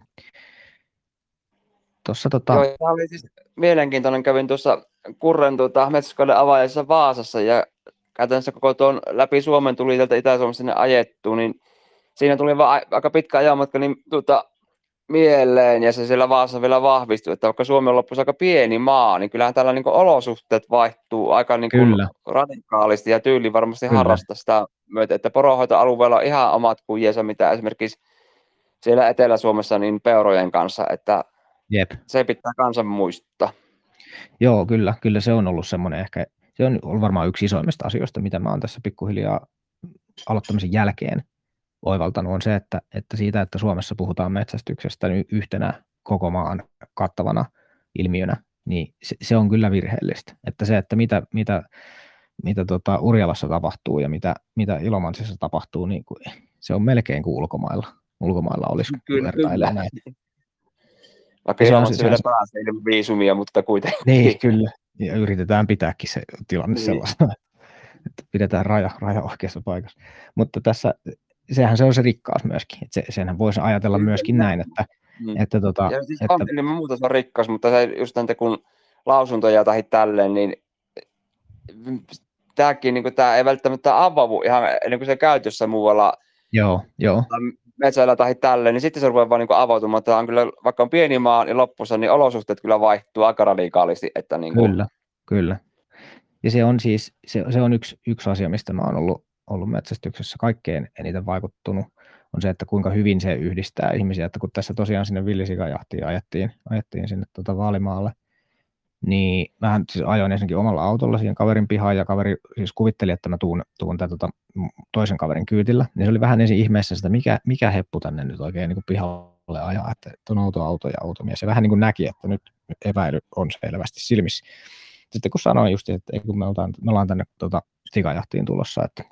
Joo, tämä oli siis mielenkiintoinen. Kävin tuossa Kurren metsästyskouden avaajassa Vaasassa ja käytännössä koko tuon läpi Suomen tuli sieltä Itä-Suomesta sinne ajettua, niin siinä tuli vaan aika pitkä ajomatka niin, mieleen ja se siellä Vaasassa vielä vahvistui, että vaikka Suomi on loppuisi aika pieni maa, niin kyllähän täällä niin kuin olosuhteet vaihtuu aika niin kuin radikaalisti ja tyyli varmasti harrastaa sitä myötä, että poronhoitoalueella on ihan omat kujiensa, mitä esimerkiksi siellä Etelä-Suomessa niin peurojen kanssa, että se pitää kanssa muistaa. Joo, kyllä se on ollut semmoinen ehkä, se on ollut varmaan yksi isoimmista asioista, mitä mä oon tässä pikkuhiljaa aloittamisen jälkeen oivaltanut, on se, että siitä, että Suomessa puhutaan metsästyksestä yhtenä koko maan kattavana ilmiönä, niin se on kyllä virheellistä. Että se, että mitä Urjalassa tapahtuu ja mitä Ilomantsissa tapahtuu, niin se on melkein kuin ulkomailla. Ulkomailla olisi vertailee näitä. Vaikka Ilomantsissa vielä pääsee ilman viisumia, mutta kuitenkin. Niin, kyllä. Ja yritetään pitääkin se tilanne sellaisena, että pidetään raja oikeassa paikassa. Mutta tässä sehän se on se rikkaus myöskin. Että senhän voisi ajatella myöskin näin, että ja siis on ilman muuta se on rikkaus, mutta se just näitä kun lausuntoja tai tälleen, niin tämäkin niin tämä ei välttämättä avaudu ihan ennen kuin se käytössä muualla metsällä tai tälleen, niin sitten se rupeaa vaan niin avautumaan. Tämä on kyllä, vaikka on pieni maa, niin loppussa niin olosuhteet kyllä vaihtuu aika radikaalisti. Että niin kuin... Kyllä. Ja se on siis se on yksi asia, mistä mä oon ollut metsästyksessä kaikkein eniten vaikuttunut, on se, että kuinka hyvin se yhdistää ihmisiä. Että kun tässä tosiaan sinne villisikajahtiin ajettiin sinne Vaalimaalle, niin mähän siis ajoin ensinnäkin omalla autolla siihen kaverin pihaan, ja kaveri siis kuvitteli, että mä tuun toisen kaverin kyytillä. Niin se oli vähän ensin ihmeessä sitä, mikä heppu tänne nyt oikein niin kuin pihalle ajaa, että on auto ja automies. Ja vähän niin kuin näki, että nyt epäily on selvästi silmissä. Sitten kun sanoin just, että kun me ollaan tänne sikajahtiin tulossa, että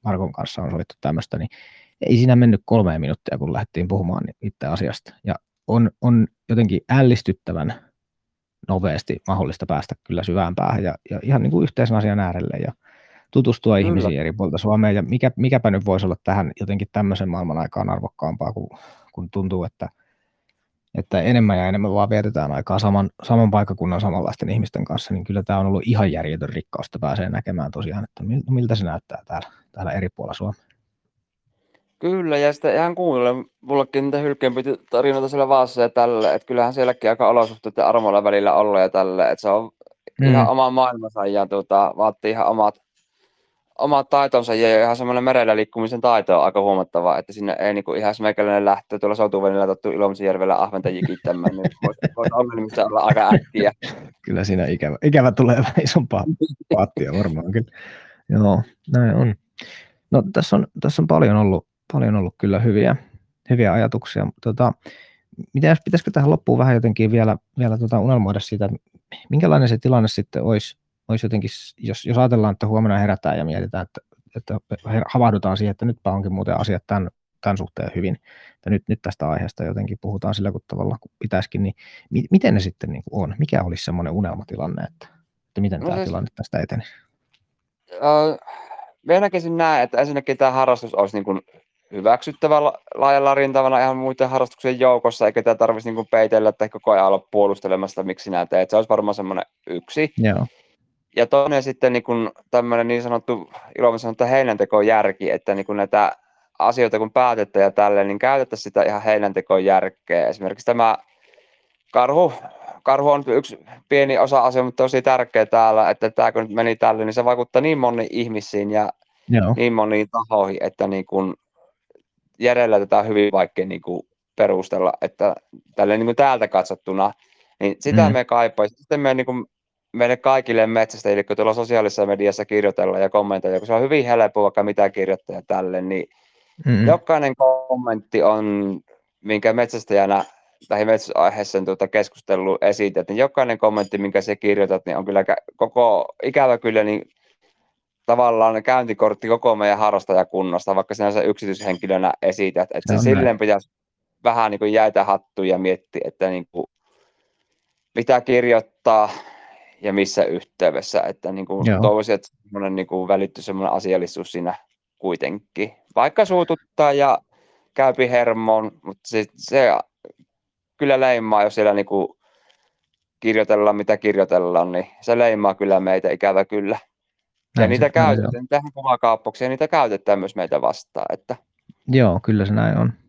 Markon kanssa on sovittu tämmöistä, niin ei siinä mennyt 3 minuuttia, kun lähdettiin puhumaan itse asiasta. Ja on jotenkin ällistyttävän nopeasti mahdollista päästä kyllä syvään päähän ja ihan niin kuin yhteisen asian äärelle ja tutustua Kyllä. ihmisiin eri puolilta Suomea. Ja mikäpä nyt voisi olla tähän jotenkin tämmöisen maailman aikaan arvokkaampaa, kun tuntuu, että enemmän ja enemmän vaan vietetään aikaa saman paikkakunnan samanlaisten ihmisten kanssa, niin kyllä tämä on ollut ihan järjetön rikkaus, että pääsee näkemään tosiaan, että miltä se näyttää täällä eri puolilla Suomea. Kyllä, ja sitten ihan kuunnellen mullekin niitä hylkeenpyyntitarinoita siellä Vaasassa ja tälle, että kyllähän sielläkin aika olosuhteiden armoilla välillä olla ja tälle, että se on ihan oma maailmansa ja vaatii ihan omat taitonsa ja ihan semmoinen merellä liikkumisen taito on aika huomattava, että sinne ei niinku ihan meikäläinen lähtö tuolla Soutuvenillä tottu Ilomantsijärvellä ahventa jikittämään, niin voisi ongelmissa olla aika äkkiä. Kyllä siinä ikävä tulee vähän isompaa paattia varmaan kyllä. Joo, näin on. No tässä on paljon ollut kyllä hyviä ajatuksia. Pitäisikö tähän loppuun vähän jotenkin vielä unelmoida siitä, minkälainen se tilanne sitten olisi jotenkin, jos ajatellaan, että huomenna herätään ja mietitään, että havahdutaan siihen, että nytpä onkin muuten asiat tämän suhteen hyvin, että nyt tästä aiheesta jotenkin puhutaan sillä tavalla kuin pitäisikin, niin miten ne sitten niin kuin on? Mikä olisi semmoinen unelmatilanne, että miten tämä tilanne tästä etenisi? Minä näkisin näin, että ensinnäkin tämä harrastus olisi niin kuin hyväksyttävä laajalla rintamalla ihan muiden harrastuksien joukossa, eikä tämä tarvitsisi niin peitellä tai koko ajan olla puolustelemassa, miksi nämä teet. Se olisi varmaan semmoinen yksi. Joo. Ja toinen sitten niin kuin tämmöinen niin sanottu Ilomantsin heinäntekojärki, että niin kuin näitä asioita kun päätetään ja tälleen, niin käytettäisiin sitä ihan heinäntekojärkeä. Esimerkiksi tämä karhu on yksi pieni osa-asia, mutta tosi tärkeä täällä, että tämä kun nyt meni tälle, niin se vaikuttaa niin moniin ihmisiin ja niin moniin tahoihin, että niin kuin järjellä tätä on hyvin vaikea niin kuin perustella, että tälle niin kuin täältä katsottuna, niin sitä me kaipaisimme. Sitten me niin kuin meille kaikille metsästäjille, kun tuolla sosiaalisessa mediassa kirjoitellaan ja kommentoidaan, kun se on hyvin helppoa vaikka mitä kirjoittaa tälle, niin jokainen kommentti on, minkä metsästäjänä tai metsästysaiheessa keskustellut esität, niin jokainen kommentti, minkä se kirjoitat, niin on kyllä ikävä kyllä niin tavallaan käyntikortti koko meidän harrastajakunnasta, vaikka sinänsä yksityishenkilönä esität, että se silleen pitäisi vähän niin kuin jäitä hattuun ja miettiä, että niin kuin mitä kirjoittaa ja missä yhteydessä, että niin kuin toivoisin, että semmoinen niin kuin välittyy semmoinen asiallisuus siinä kuitenkin, vaikka suututtaa ja käypi hermoon, mutta se kyllä leimaa, jos siellä niin kuin kirjoitellaan, mitä kirjoitellaan, niin se leimaa kyllä meitä, ikävä kyllä. Ja niitä käytetään, tehdään kuvakaappauksia, ja niitä käytetään myös meitä vastaan. Että. Joo, kyllä se näin on.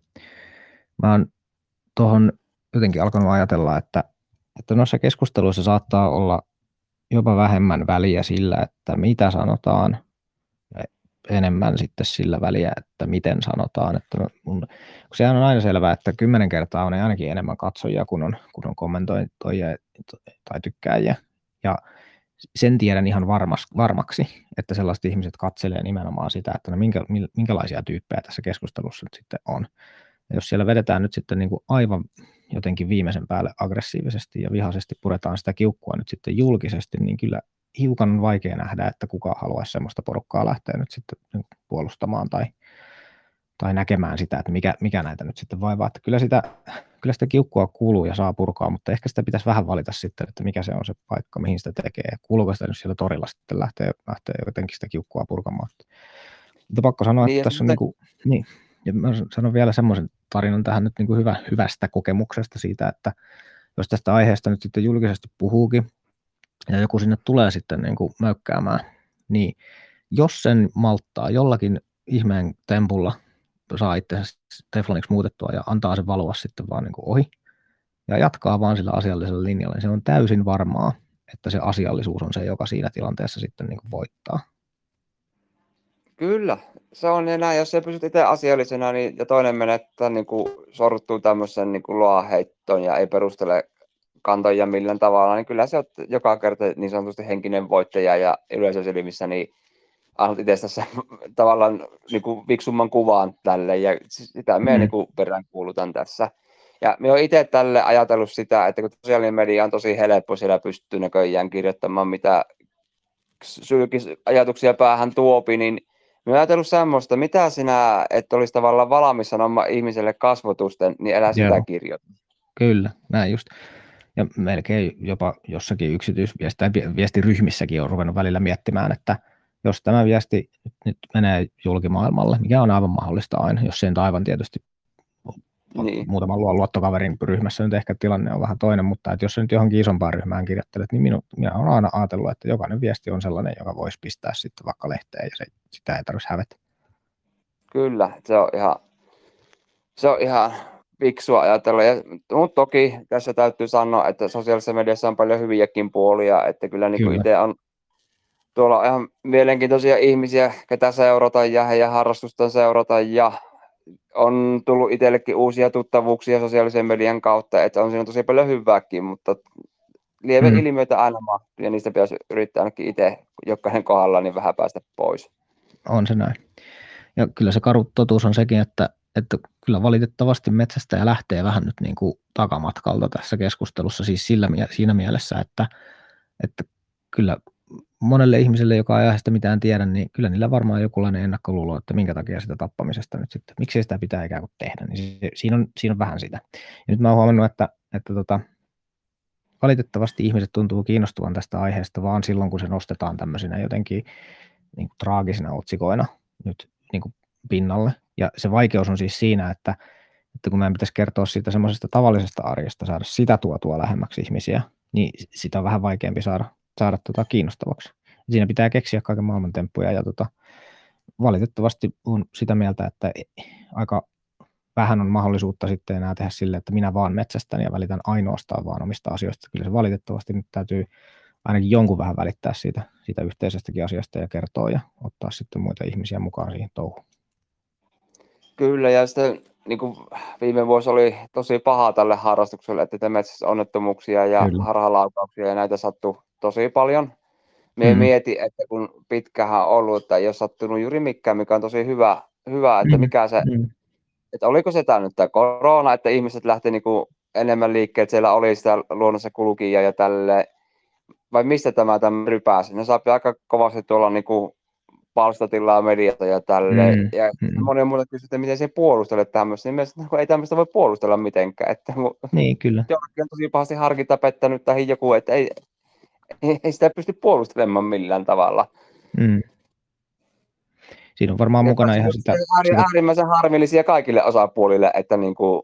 Mä oon tuohon jotenkin alkanut ajatella, että noissa keskusteluissa saattaa olla jopa vähemmän väliä sillä, että mitä sanotaan, ja enemmän sitten sillä väliä, että miten sanotaan. Että kun sehän on aina selvää, että 10 kertaa on ainakin enemmän katsojia, kun on kommentoijia tai tykkääjiä. Ja sen tiedän ihan varmaksi, että sellaiset ihmiset katselee nimenomaan sitä, että minkälaisia tyyppejä tässä keskustelussa nyt sitten on. Ja jos siellä vedetään nyt sitten niin kuin aivan jotenkin viimeisen päälle aggressiivisesti ja vihaisesti puretaan sitä kiukkua nyt sitten julkisesti, niin kyllä hiukan on vaikea nähdä, että kuka haluaisi semmoista porukkaa lähteä nyt sitten puolustamaan tai näkemään sitä, että mikä näitä nyt sitten vaivaa. Että kyllä sitä kiukkua kuuluu ja saa purkaa, mutta ehkä sitä pitäisi vähän valita sitten, että mikä se on se paikka, mihin sitä tekee. Ja kuuluuko sitä nyt siellä torilla sitten lähteä jotenkin sitä kiukkua purkamaan. Mutta pakko sanoa, että tässä on niin. Ja mä sanon vielä semmoisen tarinan tähän nyt niin kuin hyvästä kokemuksesta siitä, että jos tästä aiheesta nyt sitten julkisesti puhuukin ja joku sinne tulee sitten niin kuin mökkäämään, niin jos sen malttaa jollakin ihmeen tempulla saa itseänsä tefloniksi muutettua ja antaa sen valua sitten vaan niin kuin ohi ja jatkaa vaan sillä asiallisella linjalla, niin se on täysin varmaa, että se asiallisuus on se, joka siinä tilanteessa sitten niin kuin voittaa. Kyllä, se on näin. Jos ei pysyt itse asiallisena niin, ja toinen menettää niin kuin sortuu tämmöisen niin kuin loaheittoon ja ei perustele kantoja millään tavalla, niin kyllä se on joka kerta niin sanotusti henkinen voittaja ja yleisösilmissä niin annat itsestäsi tavallaan niin kuin fiksumman kuvaan tälle ja sitä me niin kuin peräänkuulutan tässä. Ja me olen itse tälle ajatellut sitä, että kun sosiaalinen media on tosi helppo, siellä pystyy näköjään kirjoittamaan mitä ajatuksia päähän tuopi, niin Mä oon ajatellut semmoista, mitä sinä et olisi tavallaan valmis sanomaan ihmiselle kasvotusten, niin älä sitä Joo, kirjoita. kyllä, näin just. Ja melkein jopa jossakin viestiryhmissäkin on ruvennut välillä miettimään, että jos tämä viesti nyt menee julkimaailmalle, mikä on aivan mahdollista aina, jos se nyt aivan tietysti Niin, muutaman luottokaverin ryhmässä nyt ehkä tilanne on vähän toinen, mutta että jos sä nyt johonkin isompaan ryhmään kirjoittelet, niin minä olen aina ajatellut, että jokainen viesti on sellainen, joka voisi pistää sitten vaikka lehteen ja sitä ei tarvitsisi hävetä. kyllä, se on ihan fiksua ajatella. Mutta toki tässä täytyy sanoa, että sosiaalisessa mediassa on paljon hyviäkin puolia, että kyllä niin kuin Kyllä. itse on tuolla ihan mielenkiintoisia ihmisiä, ketä seurata ja heidän harrastusta seurata ja on tullut itsellekin uusia tuttavuuksia sosiaalisen median kautta, että on siinä tosi paljon hyvääkin, mutta lieveilmiöitä aina mahtuu ja niistä pitäisi yrittää ainakin itse jokainen kohdalla niin vähän päästä pois. On se näin. Ja kyllä se karu totuus on sekin, että kyllä valitettavasti metsästäjä lähtee vähän nyt niin kuin takamatkalta tässä keskustelussa siis siinä mielessä, että kyllä monelle ihmiselle, joka ei aiheesta mitään tiedä, niin kyllä niillä varmaan jokinlainen ennakkoluulo, että minkä takia sitä tappamisesta nyt sitten, miksi sitä pitää ikään kuin tehdä, niin siinä on vähän sitä. Ja nyt mä oon huomannut, että valitettavasti ihmiset tuntuu kiinnostuvan tästä aiheesta vaan silloin, kun se nostetaan tämmöisinä jotenkin niin kuin traagisina otsikoina nyt niin kuin pinnalle. Ja se vaikeus on siis siinä, että kun meidän pitäisi kertoa siitä semmoisesta tavallisesta arjesta, saada sitä tuotua lähemmäksi ihmisiä, niin sitä on vähän vaikeampi saada kiinnostavaksi. Siinä pitää keksiä kaiken maailman temppuja ja valitettavasti on sitä mieltä, että aika vähän on mahdollisuutta sitten enää tehdä sille, että minä vaan metsästän ja välitän ainoastaan vaan omista asioista. Kyllä se valitettavasti nyt täytyy ainakin jonkun vähän välittää siitä yhteisestäkin asiasta ja kertoa ja ottaa sitten muita ihmisiä mukaan siihen touhuun. Kyllä, ja sitten niin kuin viime vuosi oli tosi paha tälle harrastukselle, että metsästysonnettomuuksia ja Kyllä. harhalaukauksia ja näitä sattui tosi paljon. Mie mietin, että kun pitkähän on ollut, että ei ole sattunut juuri mikään, mikä on tosi hyvä että mikä se, että oliko se tämä nyt tämä korona, että ihmiset lähti niin kuin enemmän liikkeelle, että siellä oli sitä luonnossa kulkijaa ja tälleen, vai mistä tämä rypäsi? Ne saa aika kovasti tuolla niin kuin palstatilaa mediasta ja tälleen. Ja monen muuta kysyy, että miten se puolustelet tämmöistä. Niin mielestäni ei tämmöistä voi puolustella mitenkään. Että niin, kyllä. Jollakin on tosi pahasti harkinta pettänyt tai joku, että ei sitä pysty puolustelemaan millään tavalla. Siinä on varmaan mukana ihan sitä äärimmäisen harmillisia kaikille osapuolille, että niin kuin,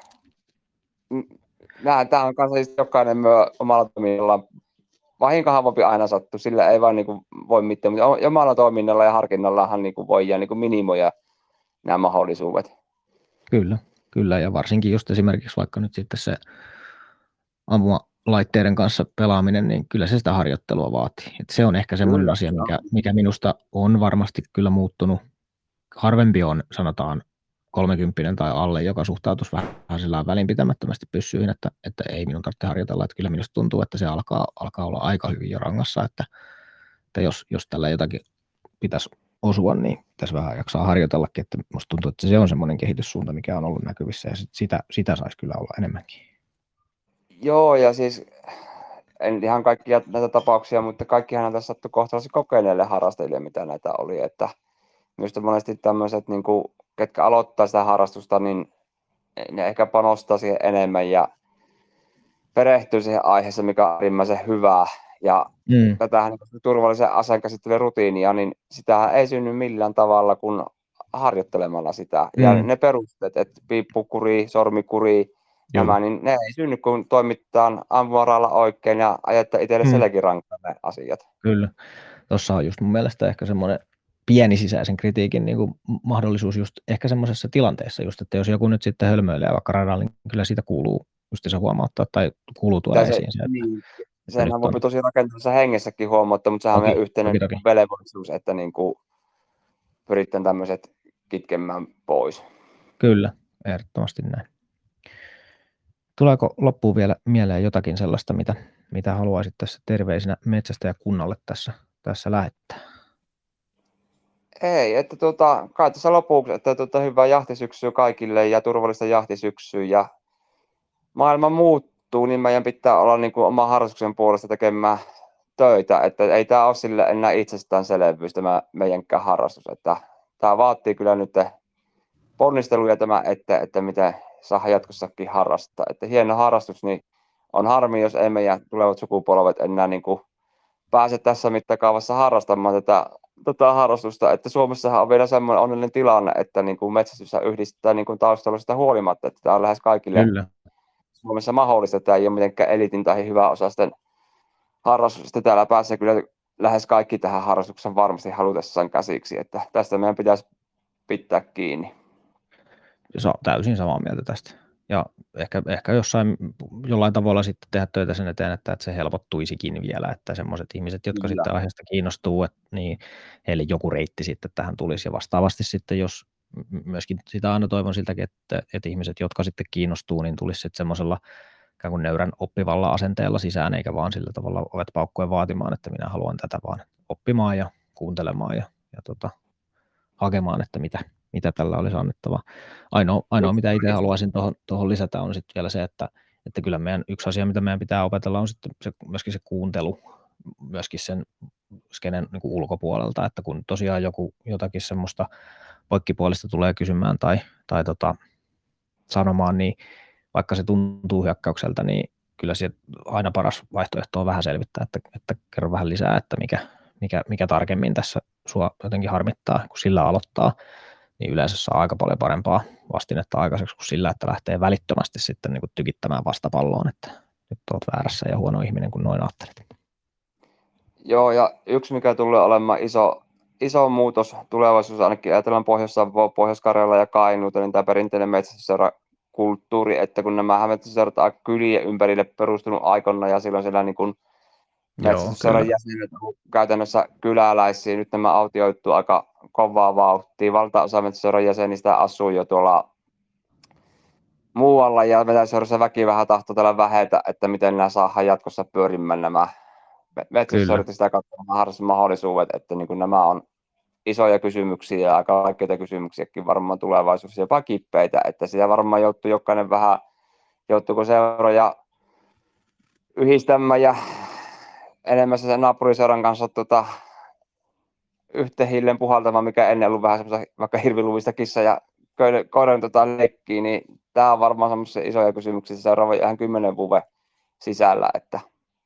tämä on kanssa siis jokainen omalla toiminnalla. Vahinkohan voi aina sattua, sillä ei vaan niin kuin voi mitään, mutta omalla toiminnalla ja harkinnallahan niin kuin voi niin kuin minimoida nämä mahdollisuudet. Kyllä, ja varsinkin just esimerkiksi vaikka nyt sitten se ampumalaitteiden kanssa pelaaminen, niin kyllä se sitä harjoittelua vaatii. Et se on ehkä semmoinen asia, mikä minusta on varmasti kyllä muuttunut. Harvempi on, sanotaan, 30 tai alle, joka suhtautuisi vähän sillä välinpitämättömästi pyssyihin, että ei minun tarvitse harjoitella. Että kyllä minusta tuntuu, että se alkaa olla aika hyvin jo rangassa, että jos tällä jotakin pitäisi osua, niin pitäisi vähän jaksaa harjoitellakin, että musta tuntuu, että se on semmoinen kehityssuunta, mikä on ollut näkyvissä, ja sitä saisi kyllä olla enemmänkin. Joo, ja siis en ihan kaikkia näitä tapauksia, mutta kaikkihan on tässä sattu kohtalaisesti kokeneille harrastajille, mitä näitä oli, että minusta monesti tämmöiset, niin kuin, ketkä aloittaa sitä harrastusta, niin ne ehkä panostaa siihen enemmän ja perehtyy siihen aiheeseen, mikä on äärimmäisen hyvää. Ja tätähän niin turvallisen aseenkäsittelyn rutiinia, niin sitähän ei synny millään tavalla kuin harjoittelemalla sitä. Ja ne perusteet, että piippukuri, sormikuri, nämä, niin ne ei synny, kun toimitaan ampumaralla oikein ja ajettaa itselle selkärankaan ne asiat. Kyllä. Tuossa on just mun mielestä ehkä semmoinen pieni sisäisen kritiikin niin kuin mahdollisuus just ehkä semmoisessa tilanteessa just, että jos joku nyt sitten hölmöilee vaikka radalla, niin kyllä siitä kuuluu just se huomauttaa tai kuuluu tuoda esiin se. Niin. Senhän voi tosi rakentavassa hengessäkin huomauttaa, mutta sehän on meidän yhteinen velvollisuus, että niin kuin pyritään tämmöiset kitkemään pois. Kyllä, ehdottomasti näin. Tuleeko loppuun vielä mieleen jotakin sellaista, mitä haluaisit tässä terveisinä metsästäjäkunnalle tässä lähettää? Ei, että kai tässä lopuksi, että hyvää jahtisyksyä kaikille ja turvallista jahtisyksyä ja maailma muuttuu, niin meidän pitää olla niin kuin oman harrastuksen puolesta tekemään töitä, että ei tämä ole sille enää itsestäänselvyys tämä meidänkään harrastus, että tämä vaatii kyllä nyt ponnisteluja tämä, että miten saa jatkossakin harrastaa. Että hieno harrastus, niin on harmi, jos ei meidän tulevat sukupolvet enää niin kuin pääse tässä mittakaavassa harrastamaan tätä harrastusta, että Suomessahan on vielä semmoinen onnellinen tilanne, että niin kuin metsästystä yhdistää niin kuin taustalla sitä huolimatta, että tämä on lähes kaikille Kyllä. Suomessa mahdollista, tämä ei ole mitenkään elitin tai hyväosaisten harrastusta. Täällä pääsee kyllä lähes kaikki tähän harrastukseen varmasti halutessaan käsiksi, että tästä meidän pitäisi pitää kiinni. Täysin samaa mieltä tästä. Ja ehkä jollain tavalla sitten tehdä töitä sen eteen, että se helpottuisikin vielä, että semmoiset ihmiset, jotka Kyllä. sitten aiheesta kiinnostuu, niin heille joku reitti sitten tähän tulisi. Ja vastaavasti sitten, jos myöskin sitä aina toivon siltäkin, että ihmiset, jotka sitten kiinnostuu, niin tulisi sitten semmoisella ikään kuin nöyrän oppivalla asenteella sisään, eikä vaan sillä tavalla ovet paukkuen vaatimaan, että minä haluan tätä vaan oppimaan ja kuuntelemaan ja hakemaan, että mitä tällä olisi annettava. Ainoa mitä itse haluaisin tuohon lisätä, on sitten vielä se, että kyllä meidän yksi asia, mitä meidän pitää opetella, on sitten myöskin se kuuntelu, myöskin sen skenen niin kuin ulkopuolelta, että kun tosiaan jotakin semmoista poikkipuolista tulee kysymään tai sanomaan, niin vaikka se tuntuu hyökkäykseltä, niin kyllä se aina paras vaihtoehto on vähän selvittää, että kerro vähän lisää, että mikä tarkemmin tässä sua jotenkin harmittaa, kun sillä aloittaa, niin yleensä saa aika paljon parempaa vastinetta aikaiseksi kuin sillä, että lähtee välittömästi sitten niin kuin tykittämään vastapalloon, että nyt olet väärässä ja huono ihminen, kun noin ajattelet. Joo, ja yksi mikä tulee olemaan iso muutos tulevaisuudessa, ainakin ajatellaan Pohjois-Savoa, Pohjois-Karjala ja Kainuuta, niin tämä perinteinen metsästysseurakulttuuri, että kun nämä metsästysseurat on kylien ympärille perustunut aikana ja silloin siellä niin kuin metsästysseuran jäsenet on käytännössä kyläläisiä, nyt nämä autioituu aika kovaa vauhtia. Valtaosa metsästysseuran jäsenistä asuu jo tuolla muualla ja metsästysseurassa väki vähän tahtoo tällä vähetä, että miten nämä saadaan jatkossa pyörimään nämä metsästysseurat ja sitä kautta mahdollisuudet, että niin kuin nämä on isoja kysymyksiä ja aika vaikeita kysymyksiäkin varmaan tulevaisuudessa, jopa kipeitä, että siellä varmaan joutuu jokainen vähän, joutuuko seuroja yhdistämään ja enemmän sen naapuriseuran kanssa yhteen hiileen puhaltamaan, mikä ennen ollut vähän semmoista vaikka hirviluvista kissa ja koiran leikkiä, niin tämä on varmaan semmoisia isoja kysymyksiä seuraavan ihan 10 vuoden sisällä, että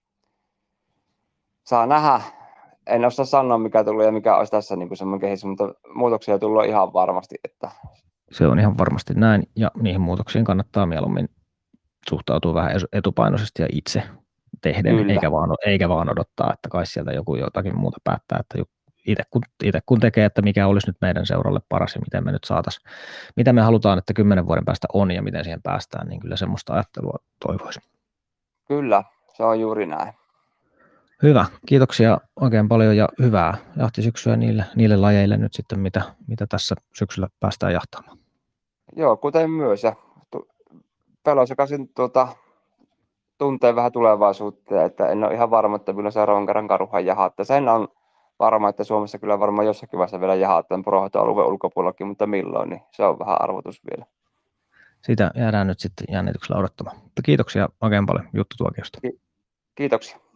saa nähdä. En osaa sanoa, mikä tulee ja mikä olisi tässä niin semmoinen kehitys, mutta muutoksia tulee ihan varmasti. Että se on ihan varmasti näin, ja niihin muutoksiin kannattaa mieluummin suhtautua vähän etupainoisesti ja itse tehden, eikä vaan odottaa, että kai sieltä joku jotakin muuta päättää, että itse kun tekee, että mikä olisi nyt meidän seuralle paras ja miten me nyt saataisiin, mitä me halutaan, että 10 vuoden päästä on ja miten siihen päästään, niin kyllä semmoista ajattelua toivoisin. Kyllä, se on juuri näin. Hyvä, kiitoksia oikein paljon ja hyvää jahtisyksyä niille lajeille nyt sitten, mitä tässä syksyllä päästään jahtaamaan. Joo, kuten myös. Ja pelosakaisin tuntee vähän tulevaisuutta, että en ole ihan varma, että milloin seuraavan kerran karhuhan jahatta. Sen on varma, että Suomessa kyllä varmaan jossakin vaiheessa vielä jahataan poronhoitoalueen ulkopuolellakin, mutta milloin, niin se on vähän arvotus vielä. Sitä jäädään nyt sitten jännityksellä odottamaan. Mutta kiitoksia oikein paljon juttutuokiosta. Kiitoksia.